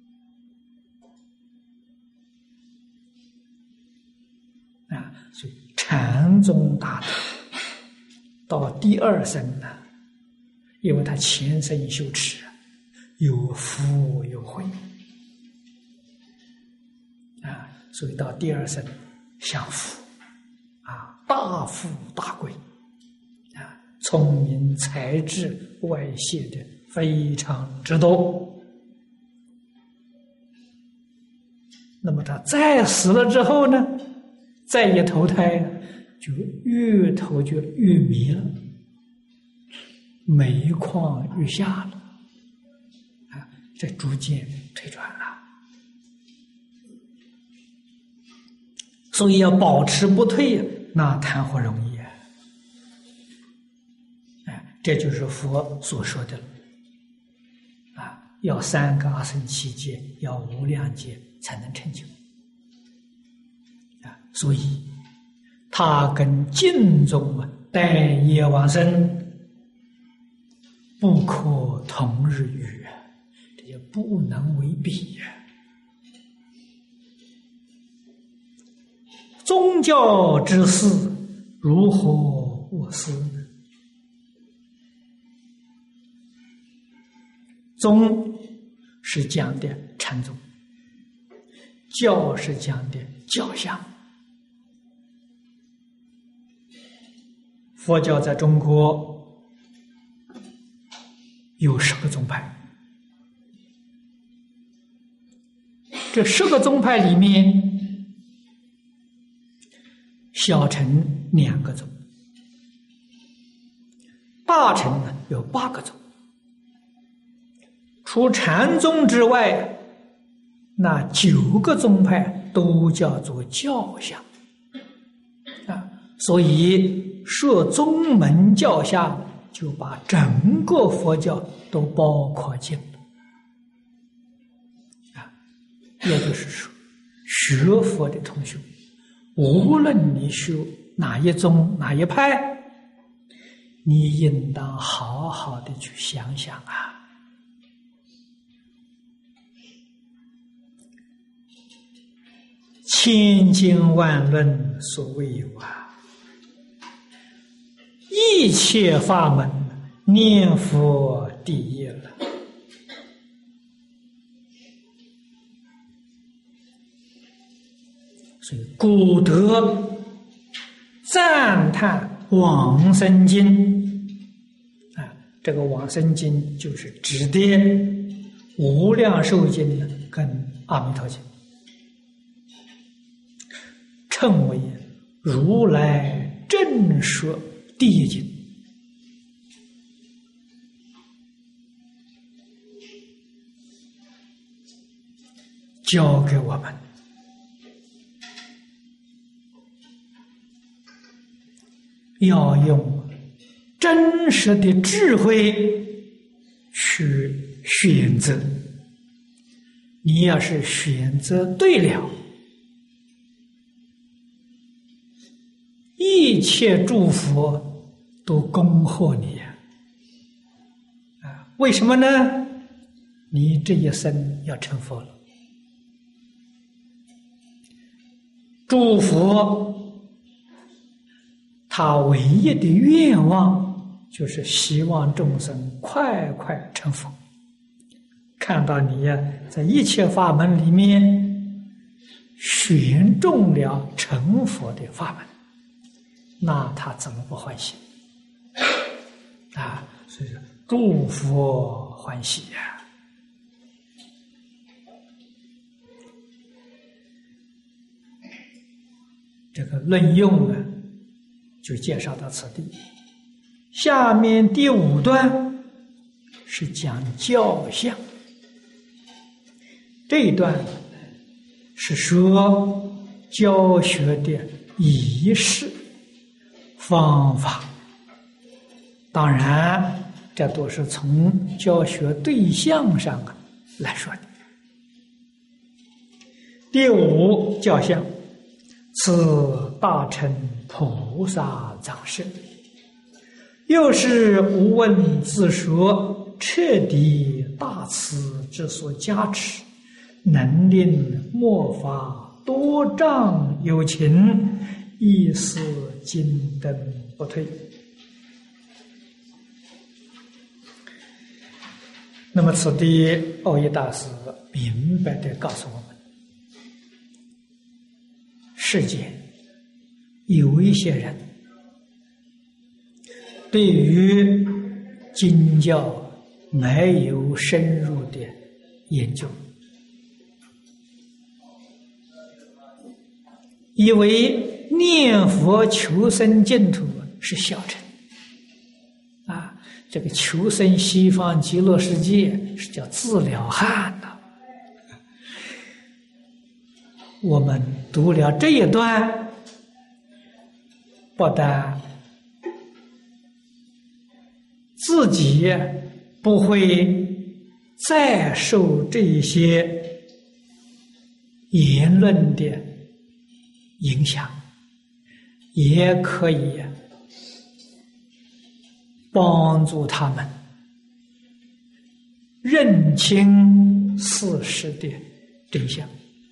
啊，所以禅宗大德到第二生呢，因为他前生修持有福有慧啊，所以到第二生享福啊，大富大贵啊，聪明才智外泄的非常之多。那么他再死了之后呢，再一投胎，就越投就越迷了，每况愈下了啊，这逐渐退转了。所以要保持不退，那谈何容易啊！哎，这就是佛所说的了啊，要三个阿僧祇劫，要无量劫才能成就啊！所以他跟净宗啊待业往生不可同日语啊，这就不能为比呀、啊。宗教之事如何我思呢？宗是讲的禅宗，教是讲的教相。佛教在中国有十个宗派，这十个宗派里面，小乘两个宗，大乘呢有八个宗。除禅宗之外，那九个宗派都叫做教相啊，所以说宗门教相就把整个佛教都包括进了啊，也就是说，学佛的同学，无论你修哪一宗哪一派，你应当好好的去想想啊。千经万论所谓有啊，一切法门念佛第一了。所以古德赞叹往生经啊，这个往生经就是指的无量寿经跟阿弥陀经，称为如来正说第一经教给我们，要用真实的智慧去选择。你要是选择对了，一切诸佛都恭贺你呀！啊，为什么呢？你这一生要成佛了。诸佛他唯一的愿望就是希望众生快快成佛。看到你呀，在一切法门里面选中了成佛的法门，那他怎么不欢喜啊？所以说诸佛欢喜呀、啊！这个论用啊，就介绍到此地。下面第五段是讲教相，这一段是说教学的仪式方法。当然，这都是从教学对象上来说的。第五教相，此大乘菩萨藏身，又是无问自说彻底大慈之所加持，能令末法多障有情，亦是金灯不退。那么此地耦益大师明白地告诉我们，世间有一些人对于经教没有深入的研究，以为念佛求生净土是小乘啊，这个求生西方极乐世界是叫自了汉的。我们读了这一段，不但自己不会再受这一些言论的影响，也可以帮助他们认清事实的真相。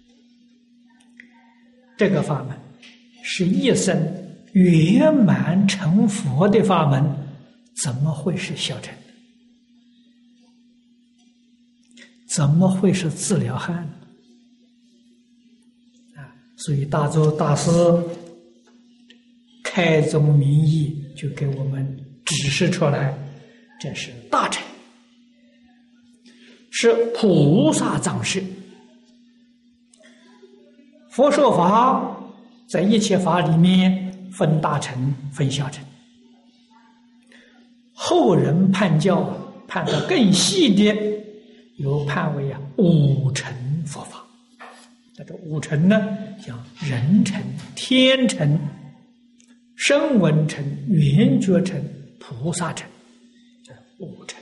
这个法门是一生圆满成佛的法门，怎么会是小乘？怎么会是自了汉呢？啊，所以大周大师开宗明义就给我们指示出来，这是大乘，是菩萨藏事。佛说法在一切法里面分大乘分小乘，后人判教判得更细的，有判为啊五乘佛法。这个五乘呢，叫人乘、天乘、声闻乘、缘觉乘、菩萨乘，这五乘。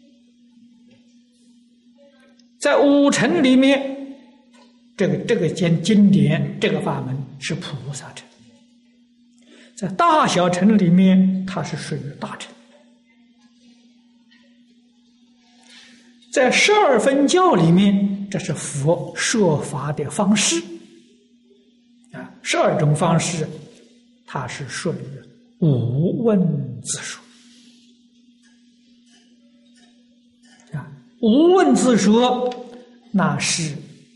在五乘里面，这个这个经经典这个法门是菩萨乘，在大小乘里面它是属于大乘。在十二分教里面，这是佛说法的方式啊，十二种方式它是属于无问自说啊，无问自说那是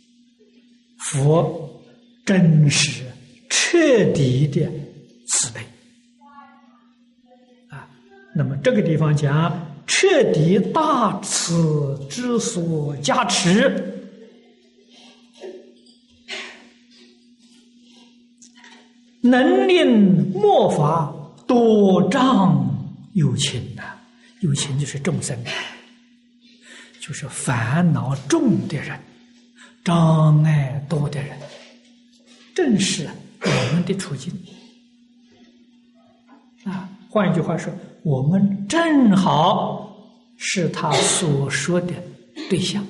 佛真实彻底的慈悲啊。那么这个地方讲彻底大慈之所加持，能令末法多障有情啊，有情就是众生，就是烦恼重的人， 障碍多的人，正是我们的处境啊。换一句话说，我们正好是他所说的对象。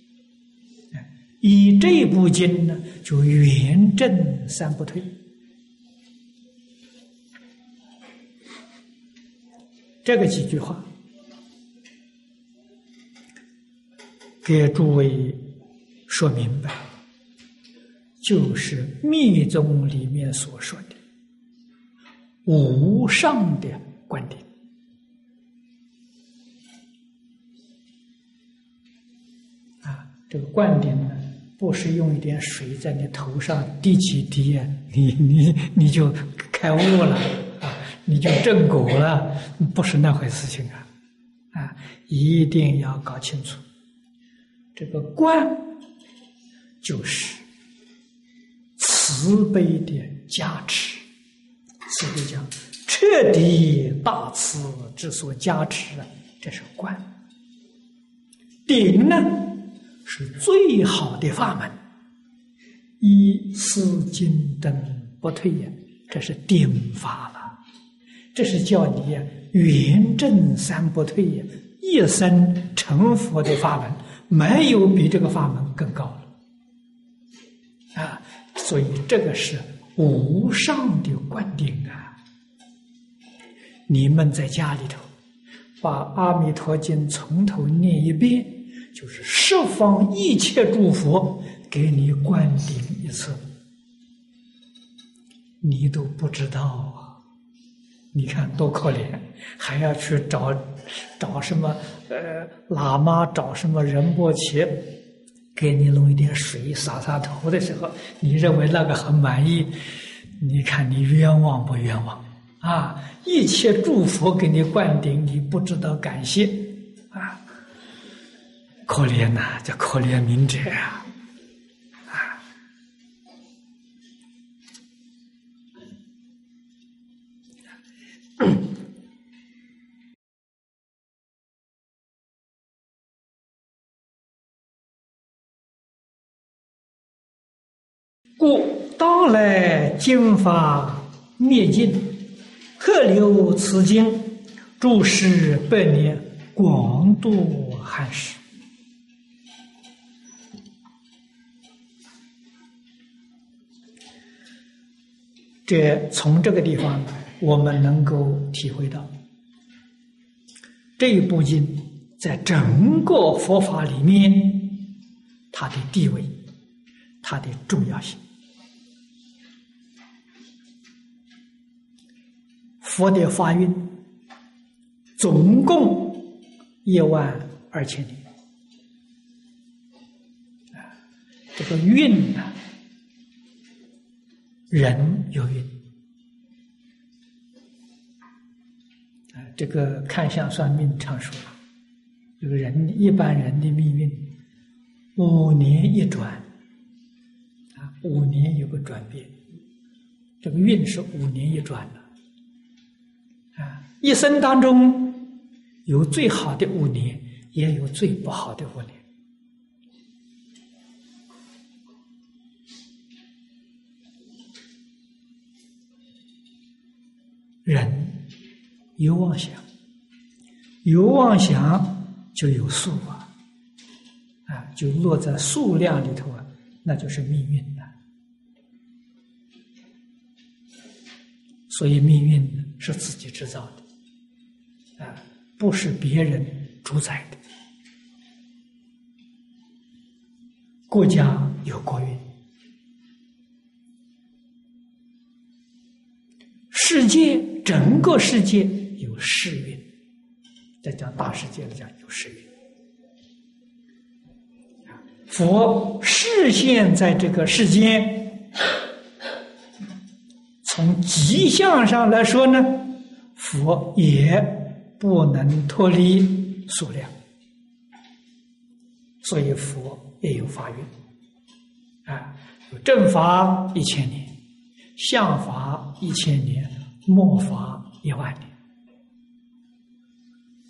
以这部经呢，就圆正三不退。这个几句话，给诸位说明白，就是密宗里面所说的无上的观点啊。这个灌顶呢，不是用一点水在你头上滴几滴啊，你你你就开悟了啊，你就正果了，不是那回事情啊！啊，一定要搞清楚，这个观就是慈悲的加持，慈悲讲彻底大慈之所加持，这是观。顶呢？是最好的法门，一丝金灯不退呀，这是顶法了。这是叫你圆正三不退呀，一生成佛的法门，没有比这个法门更高了啊！所以这个是无上的灌顶啊！你们在家里头把《阿弥陀经》从头念一遍，就是十方一切诸佛给你灌顶一次，你都不知道啊！你看多可怜，还要去找找什么呃喇嘛，找什么仁波切，给你弄一点水洒洒头的时候，你认为那个很满意，你看你冤枉不冤枉啊？一切诸佛给你灌顶，你不知道感谢啊！可怜呐、啊，叫可怜悯者啊！啊，故当来经法灭尽，何留此经？诸世百年，广度汉室。这从这个地方，我们能够体会到，这一部经在整个佛法里面，它的地位，它的重要性。佛的法运总共一万二千年，啊，这个运呢、啊，人有运，啊，这个看相算命常说，这个人一般人的命运五年一转，啊，五年有个转变，这个运是五年一转的，啊，一生当中有最好的五年，也有最不好的五年。人有妄想，有妄想就有数啊，啊，就落在数量里头啊，那就是命运了。所以命运是自己制造的，啊，不是别人主宰的。国家有国运，世界整个世界有世运，再讲大世界来讲有世运。佛示现在这个世间，从极相上来说呢，佛也不能脱离数量，所以佛也有法运啊，有正法一千年，相法一千年，末法一万年。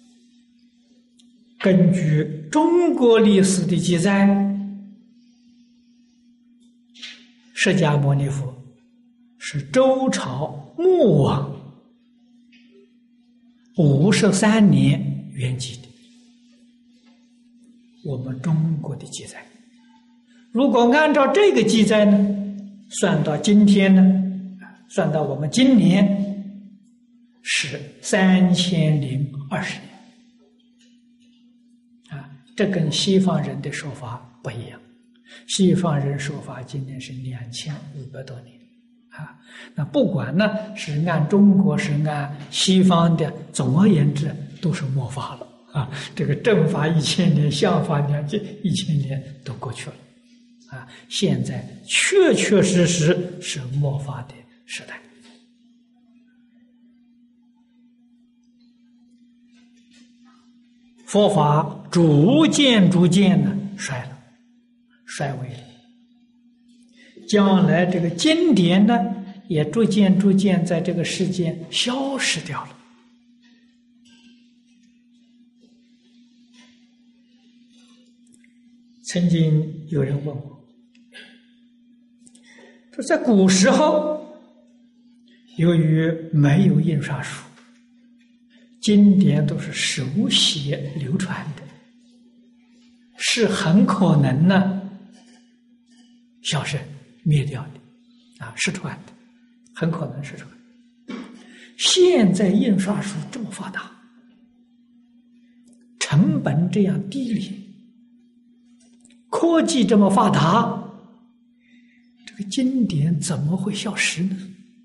根据中国历史的记载， 释迦牟尼佛是周朝末王五十三年圆寂的。我们中国的记载，如果按照这个记载呢，算到今天呢，算到我们今年是三千零二十年啊，这跟西方人的说法不一样。西方人说法今年是两千五百多年啊。那不管呢是按中国是按西方的，总而言之都是末法了啊。这个正法一千年，相法两千一千年都过去了啊。现在确确实实是末法的时代。佛法逐渐逐渐的衰了，衰微了。将来这个经典呢，也逐渐逐渐在这个世间消失掉了。曾经有人问我，说在古时候，由于没有印刷术，经典都是手写流传的，是很可能呢消失灭掉的啊，失传的，很可能失传。现在印刷术这么发达，成本这样低廉，科技这么发达，这个经典怎么会消失呢？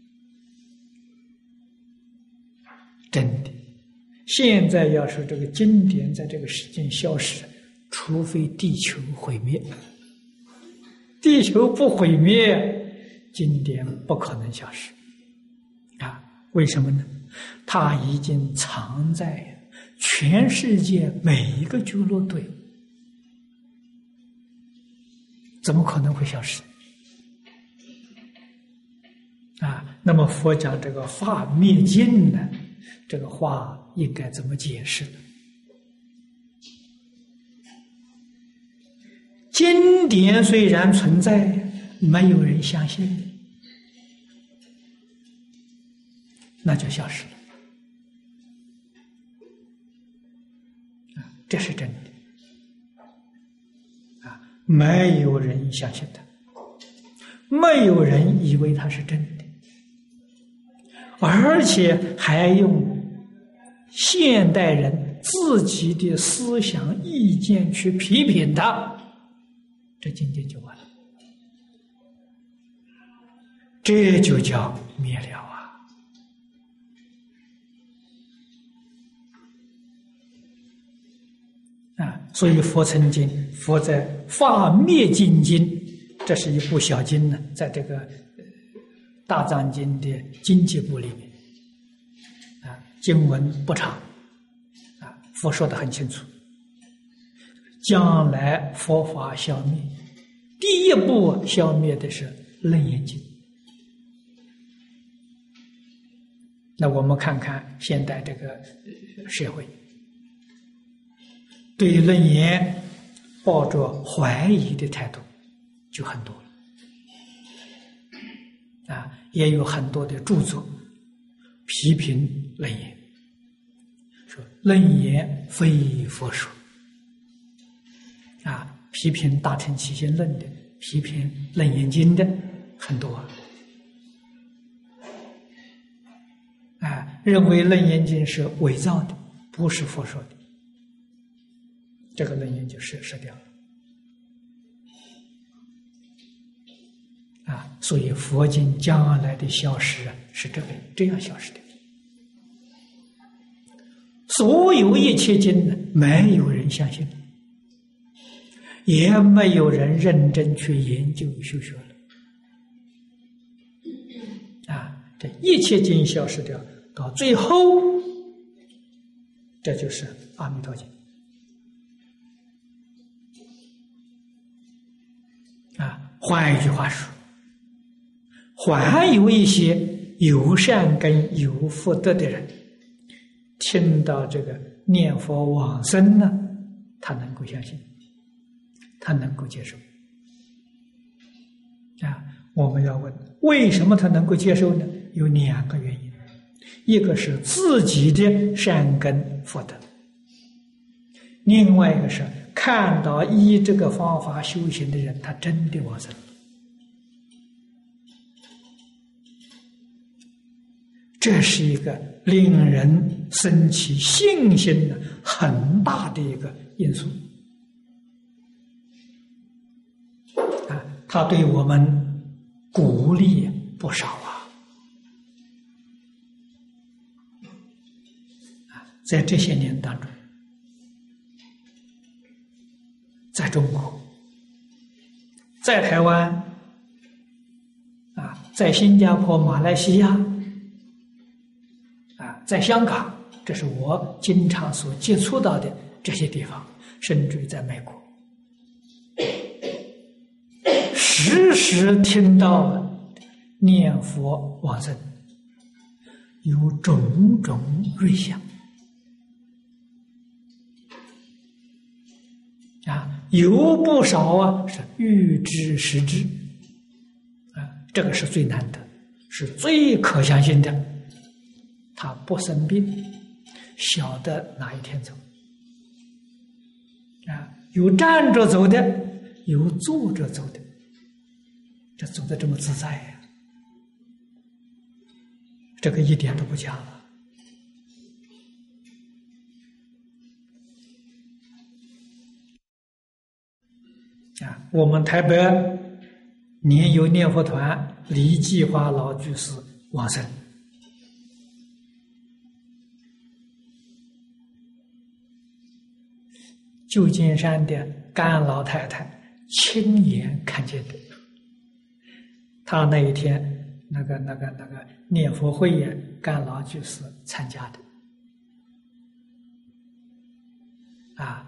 真的，现在要说这个经典在这个世间消失，除非地球毁灭。地球不毁灭，经典不可能消失啊！为什么呢？它已经藏在全世界每一个角落堆，怎么可能会消失啊？那么佛讲这个法灭尽呢，这个话应该怎么解释呢？经典虽然存在，没有人相信，那就消失了啊，这是真的啊，没有人相信它，没有人以为它是真的，而且还用现代人自己的思想意见去批评它，这经典就完了，这就叫灭了啊！啊，所以佛曾经，佛在《法灭尽经》，这是一部小经呢，在这个大藏经的经济部里面，啊，经文不长，啊，佛说得很清楚。将来佛法消灭，第一步消灭的是楞严经。那我们看看现代这个社会，对楞严抱着怀疑的态度就很多了，啊，也有很多的著作批评楞严，说楞严非佛说。啊，批评大乘起信论的，批评楞严经的很多啊，啊，认为楞严经是伪造的，不是佛说的，这个楞严就失失掉了啊。所以佛经将来的消失啊，是这个这样消失的。所有一切经呢，没有人相信，也没有人认真去研究修学了啊！这一切经消失掉，到最后，这就是阿弥陀经啊。换一句话说，还有一些有善根、有福德的人，听到这个念佛往生呢，他能够相信。他能够接受啊！ 我们要问，为什么他能够接受呢？有两个原因，一个是自己的善根福德，另外一个是看到依这个方法修行的人，他真的往生，这是一个令人生起信心的很大的一个因素啊！他对我们鼓励不少啊！啊，在这些年当中，在中国，在台湾，啊，在新加坡、马来西亚，啊，在香港，这是我经常所接触到的这些地方，甚至于在美国，时时听到念佛往生，有种种瑞相啊，有不少啊是预知时至啊，这个是最难得，是最可相信的。他不生病，晓得哪一天走啊，有站着走的，有坐着走的，这走得这么自在呀、啊，这个一点都不假了。啊，我们台北年有念佛团李继华老居士往生，旧金山的甘老太太亲眼看见的，他那一天那个那个那个念佛会也甘老居士参加的啊。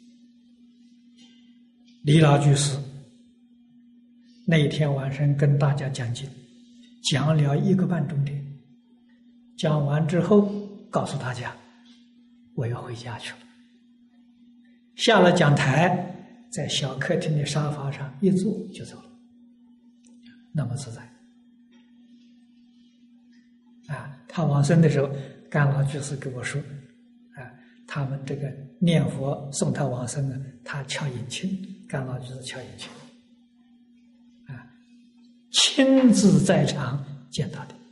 李老居士那一天晚上跟大家讲经，讲了一个半钟头，讲完之后告诉大家我要回家去了，下了讲台，在小客厅的沙发上一坐就走了，那么自在啊！他往生的时候，甘老居士跟我说啊，他们这个念佛送他往生呢，他敲引磬，甘老居士敲引磬啊，亲自在场见到的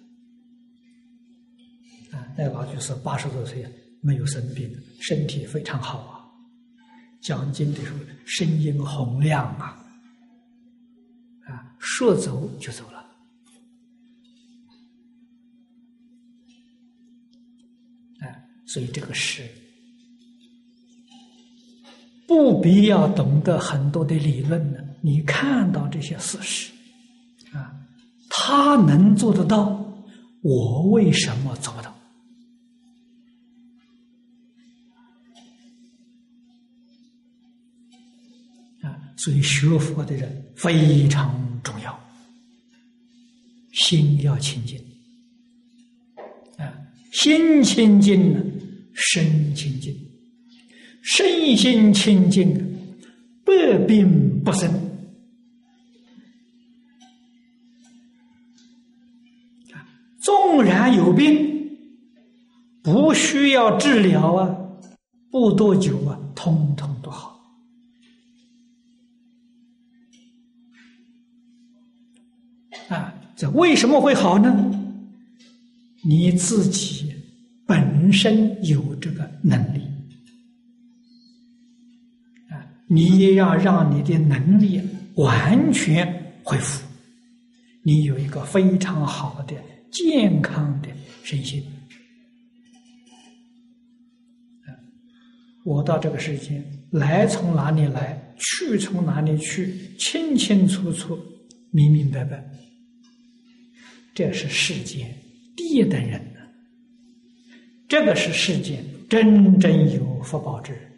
啊。那个老居士八十多岁，没有生病，身体非常好啊。讲经的时候声音洪亮啊，啊，说走就走了啊，所以这个是不必要懂得很多的理论呢，你看到这些事实啊，他能做得到，我为什么做不到？所以学佛的人非常重要，心要清净啊，心清净呢，身清净，身心清净，百病不生啊。纵然有病，不需要治疗啊，不多久啊，通通都好。啊，这为什么会好呢？你自己本身有这个能力啊，你也要让你的能力完全恢复，你有一个非常好的健康的身心啊。我到这个世间来，从哪里来，去从哪里去，清清楚楚，明明白白。这是世间第一等人呢，这个是世间真正有福报之人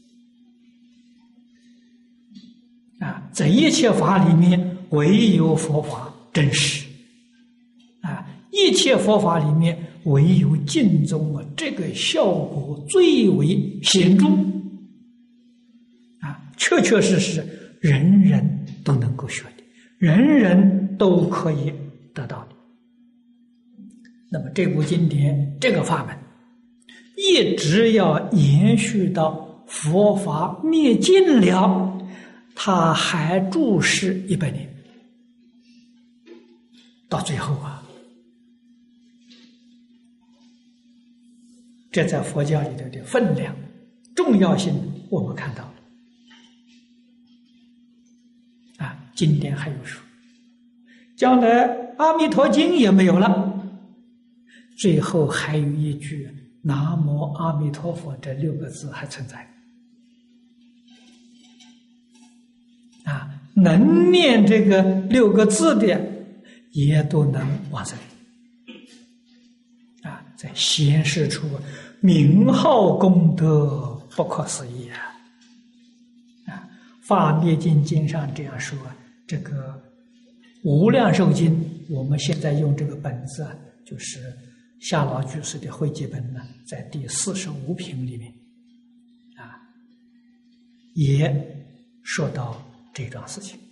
啊！在一切法里面，唯有佛法真实啊！一切佛法里面，唯有净宗啊，这个效果最为显著啊！确确实实，人人都能够学的， 人人都可以得到的。那么这部经典，这个法门，一直要延续到佛法灭尽了，他还住世一百年，到最后啊，这在佛教里头的分量、重要性，我们看到了。啊，经典还有说，将来《阿弥陀经》也没有了，最后还有一句“南无阿弥陀佛”这六个字还存在。啊，能念这个六个字的，也都能往生。啊，在显示出名号功德不可思议啊！啊，《法灭尽经》上这样说，这个《无量寿经》，我们现在用这个本子啊，就是夏老居士的汇集本呢，在第四十五品里面，啊，也说到这桩事情。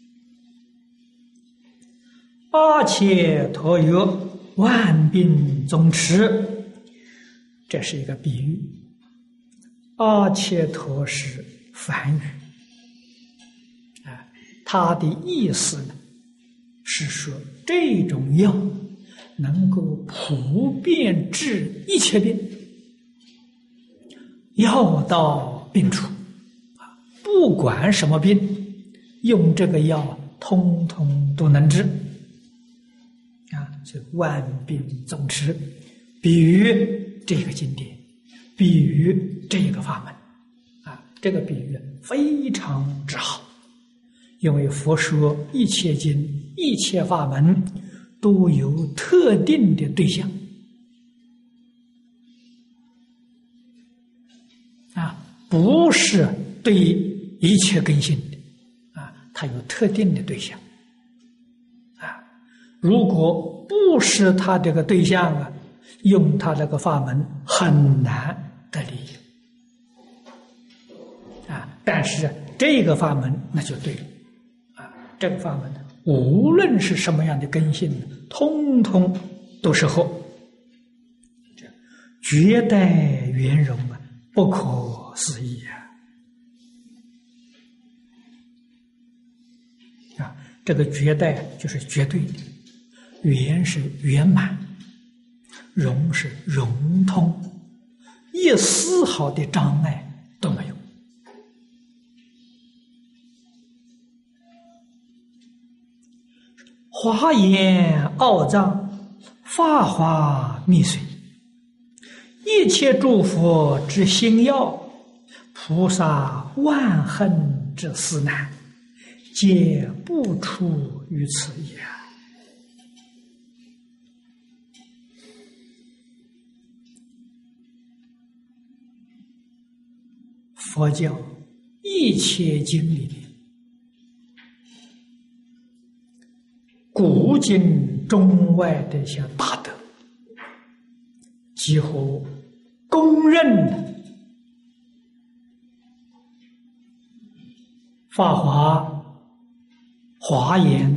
阿切陀曰：“万病总持。”这是一个比喻。阿切陀是梵语，啊，它的意思呢是说这种药能够普遍治一切病，药到病除，啊，不管什么病，用这个药通通都能治。啊，这万病总持，比喻这个经典，比喻这个法门，啊，这个比喻非常之好，因为佛说一切经、一切法门都有特定的对象，啊，不是对一切根性的，啊，它有特定的对象。如果不是他这个对象啊，用他这个法门很难得利益啊。但是这个法门那就对了啊，这个法门无论是什么样的根性，通通都适合，绝代圆融啊，不可思议啊！啊，这个绝代就是绝对的。圆是圆满，融是融通，一丝毫的障碍都没有。华严奥藏，法华密髓，一切诸佛之心要，菩萨万恨之思难，皆不出于此也。佛教一切经里面，古今中外的一些大德，几乎公认的法华、华严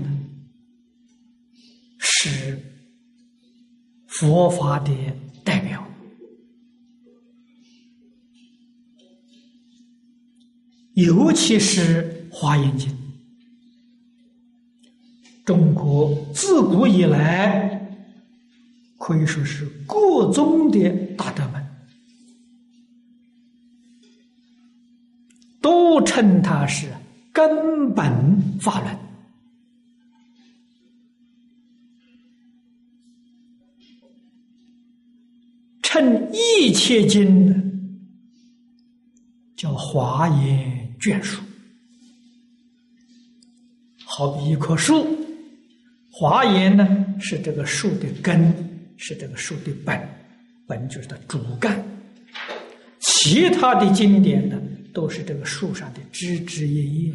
是佛法的代表。尤其是《华严经》，中国自古以来可以说是各宗的大德们都称它是根本法论，称一切经叫华严眷属，好比一棵树，华严呢是这个树的根，是这个树的本，本就是它主干，其他的经典呢都是这个树上的枝枝叶叶，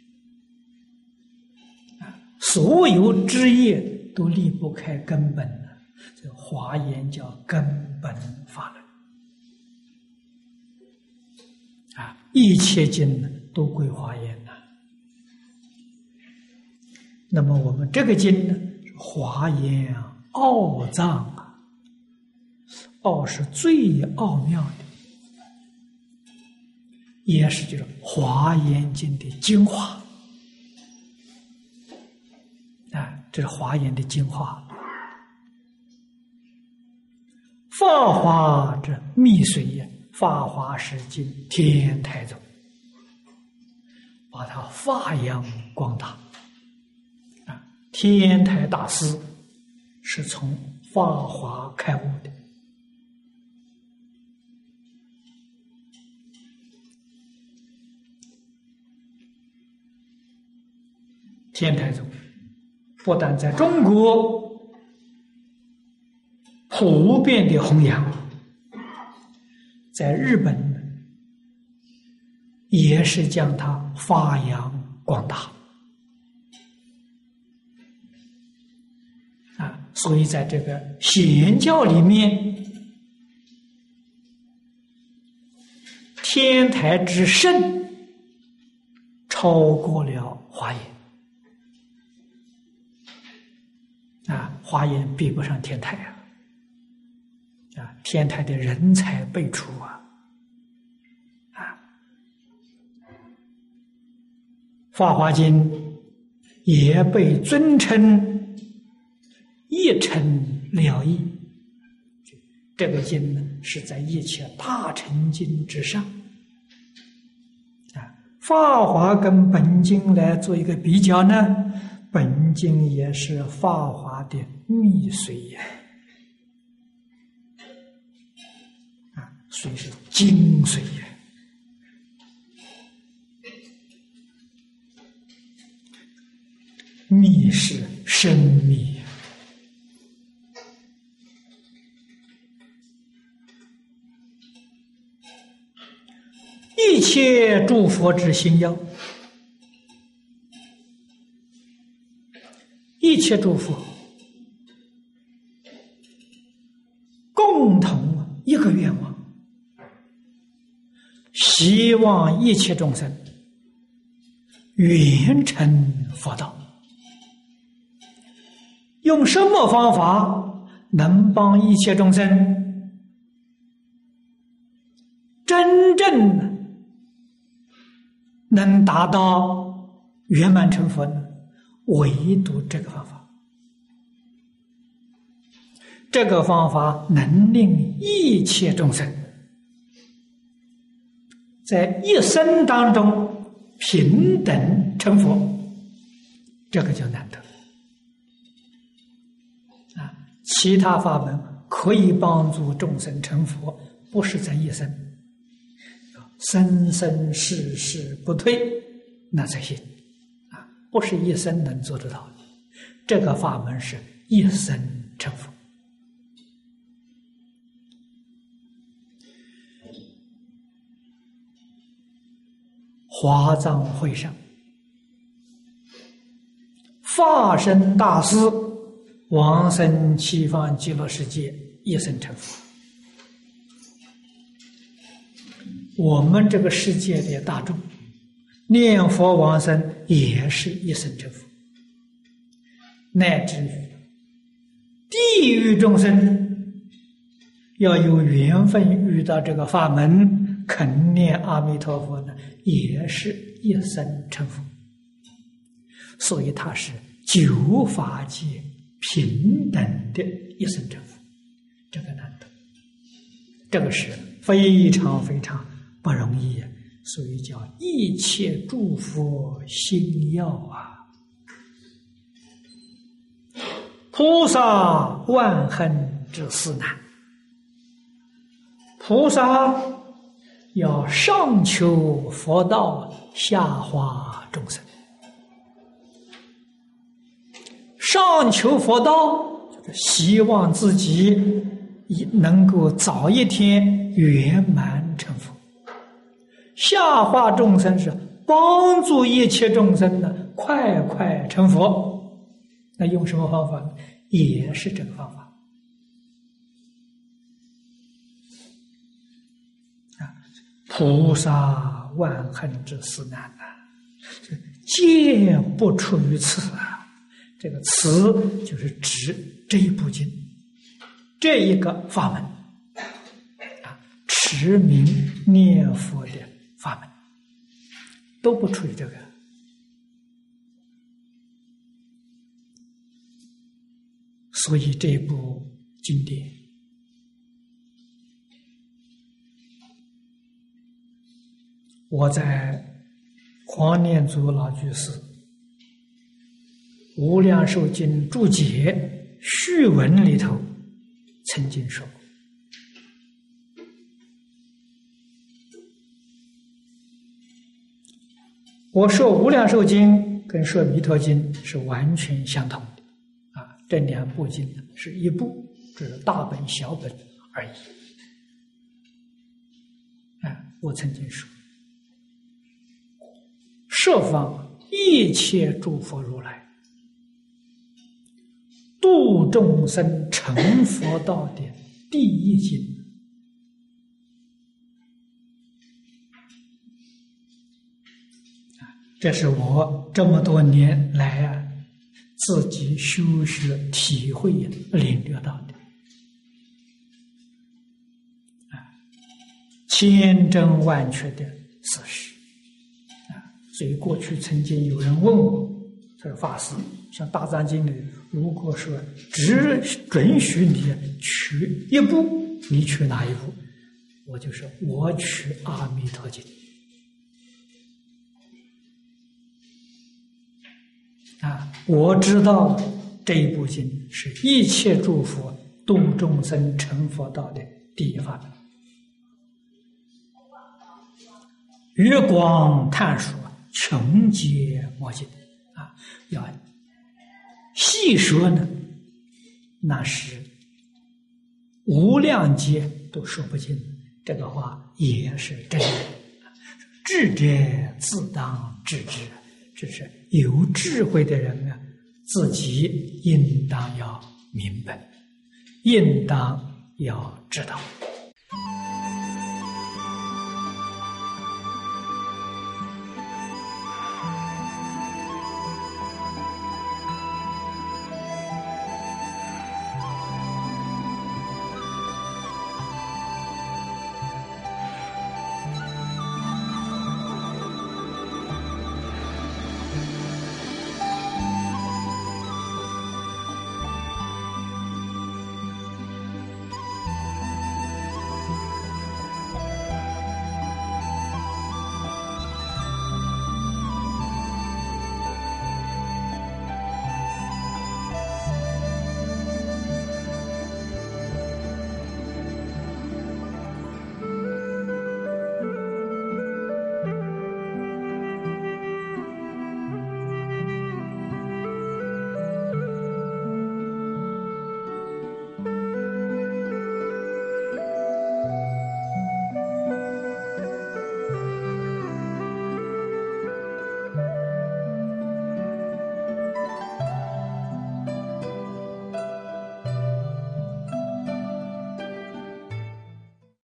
所有枝叶都离不开根本的，这华严叫根本法论。啊，一切经呢都归华严呐。 那么我们这个经呢，华严奥藏啊，奥是最奥妙的，也是就是华严经的精华啊，这是华严的精华。法华之密髓也，法华是经天台宗，把它发扬光大啊！天台大师是从法华开悟的。天台宗不但在中国普遍的弘扬，在日本也是将它发扬光大啊！所以在这个显教里面，天台之圣超过了华严啊！华严比不上天台啊！啊，天台的人才辈出啊！啊，《法华经》也被尊称一尘了义。这个经呢，是在一切大乘经之上。啊，《法华》跟本经来做一个比较呢，本经也是《法华》的密髓也。髓是精髓也，密是深密，一切诸佛之心要，一切诸佛共同一个愿望。希望一切众生圆成佛道，用什么方法能帮一切众生真正能达到圆满成佛呢？唯独这个方法，这个方法能令一切众生在一生当中平等成佛，这个叫难得啊！其他法门可以帮助众生成佛，不是在一生，生生世世不退，那才行啊！不是一生能做得到的，这个法门是一生成佛。华藏会上，法身大师往生西方极乐世界，一生成佛。我们这个世界的大众念佛往生，也是一生成佛，乃至于地狱众生要有缘分遇到这个法门，肯念阿弥陀佛呢，也是一生成佛。所以他是九法界平等的一生成佛，这个难得，这个是非常非常不容易，所以叫一切诸佛心要啊！菩萨万恨之事难，菩萨要上求佛道，下化众生。上求佛道，就是希望自己能够早一天圆满成佛；下化众生是帮助一切众生呢快快成佛。那用什么方法呢？也是这个方法啊！菩萨万恨之事难啊，皆不出于此啊！ 这个词就是指这一部经，这一个法门啊，持名念佛的法门，都不出于这个。所以这部经典我在黄念祖老居士《无量寿经注解序文》里头曾经说过，我说《无量寿经》跟说《弥陀经》是完全相同的啊，这两部经是一部，只是大本小本而已。啊，我曾经说，十方一切诸佛如来度众生成佛道的第一经，这是我这么多年来啊自己修学体会领略到的啊，千真万确的事实啊。所以过去曾经有人问我，这个法师，像《大藏经》里，如果说只准许你取一部，你取哪一部？我就说我取《阿弥陀经》啊，我知道这一部经是一切诸佛度众生成佛道的第一法门。月光探索，穷皆莫尽啊！要细说呢，那是无量劫都说不尽。这个话也是真的。智者自当知之，这是有智慧的人呢，自己应当要明白，应当要知道。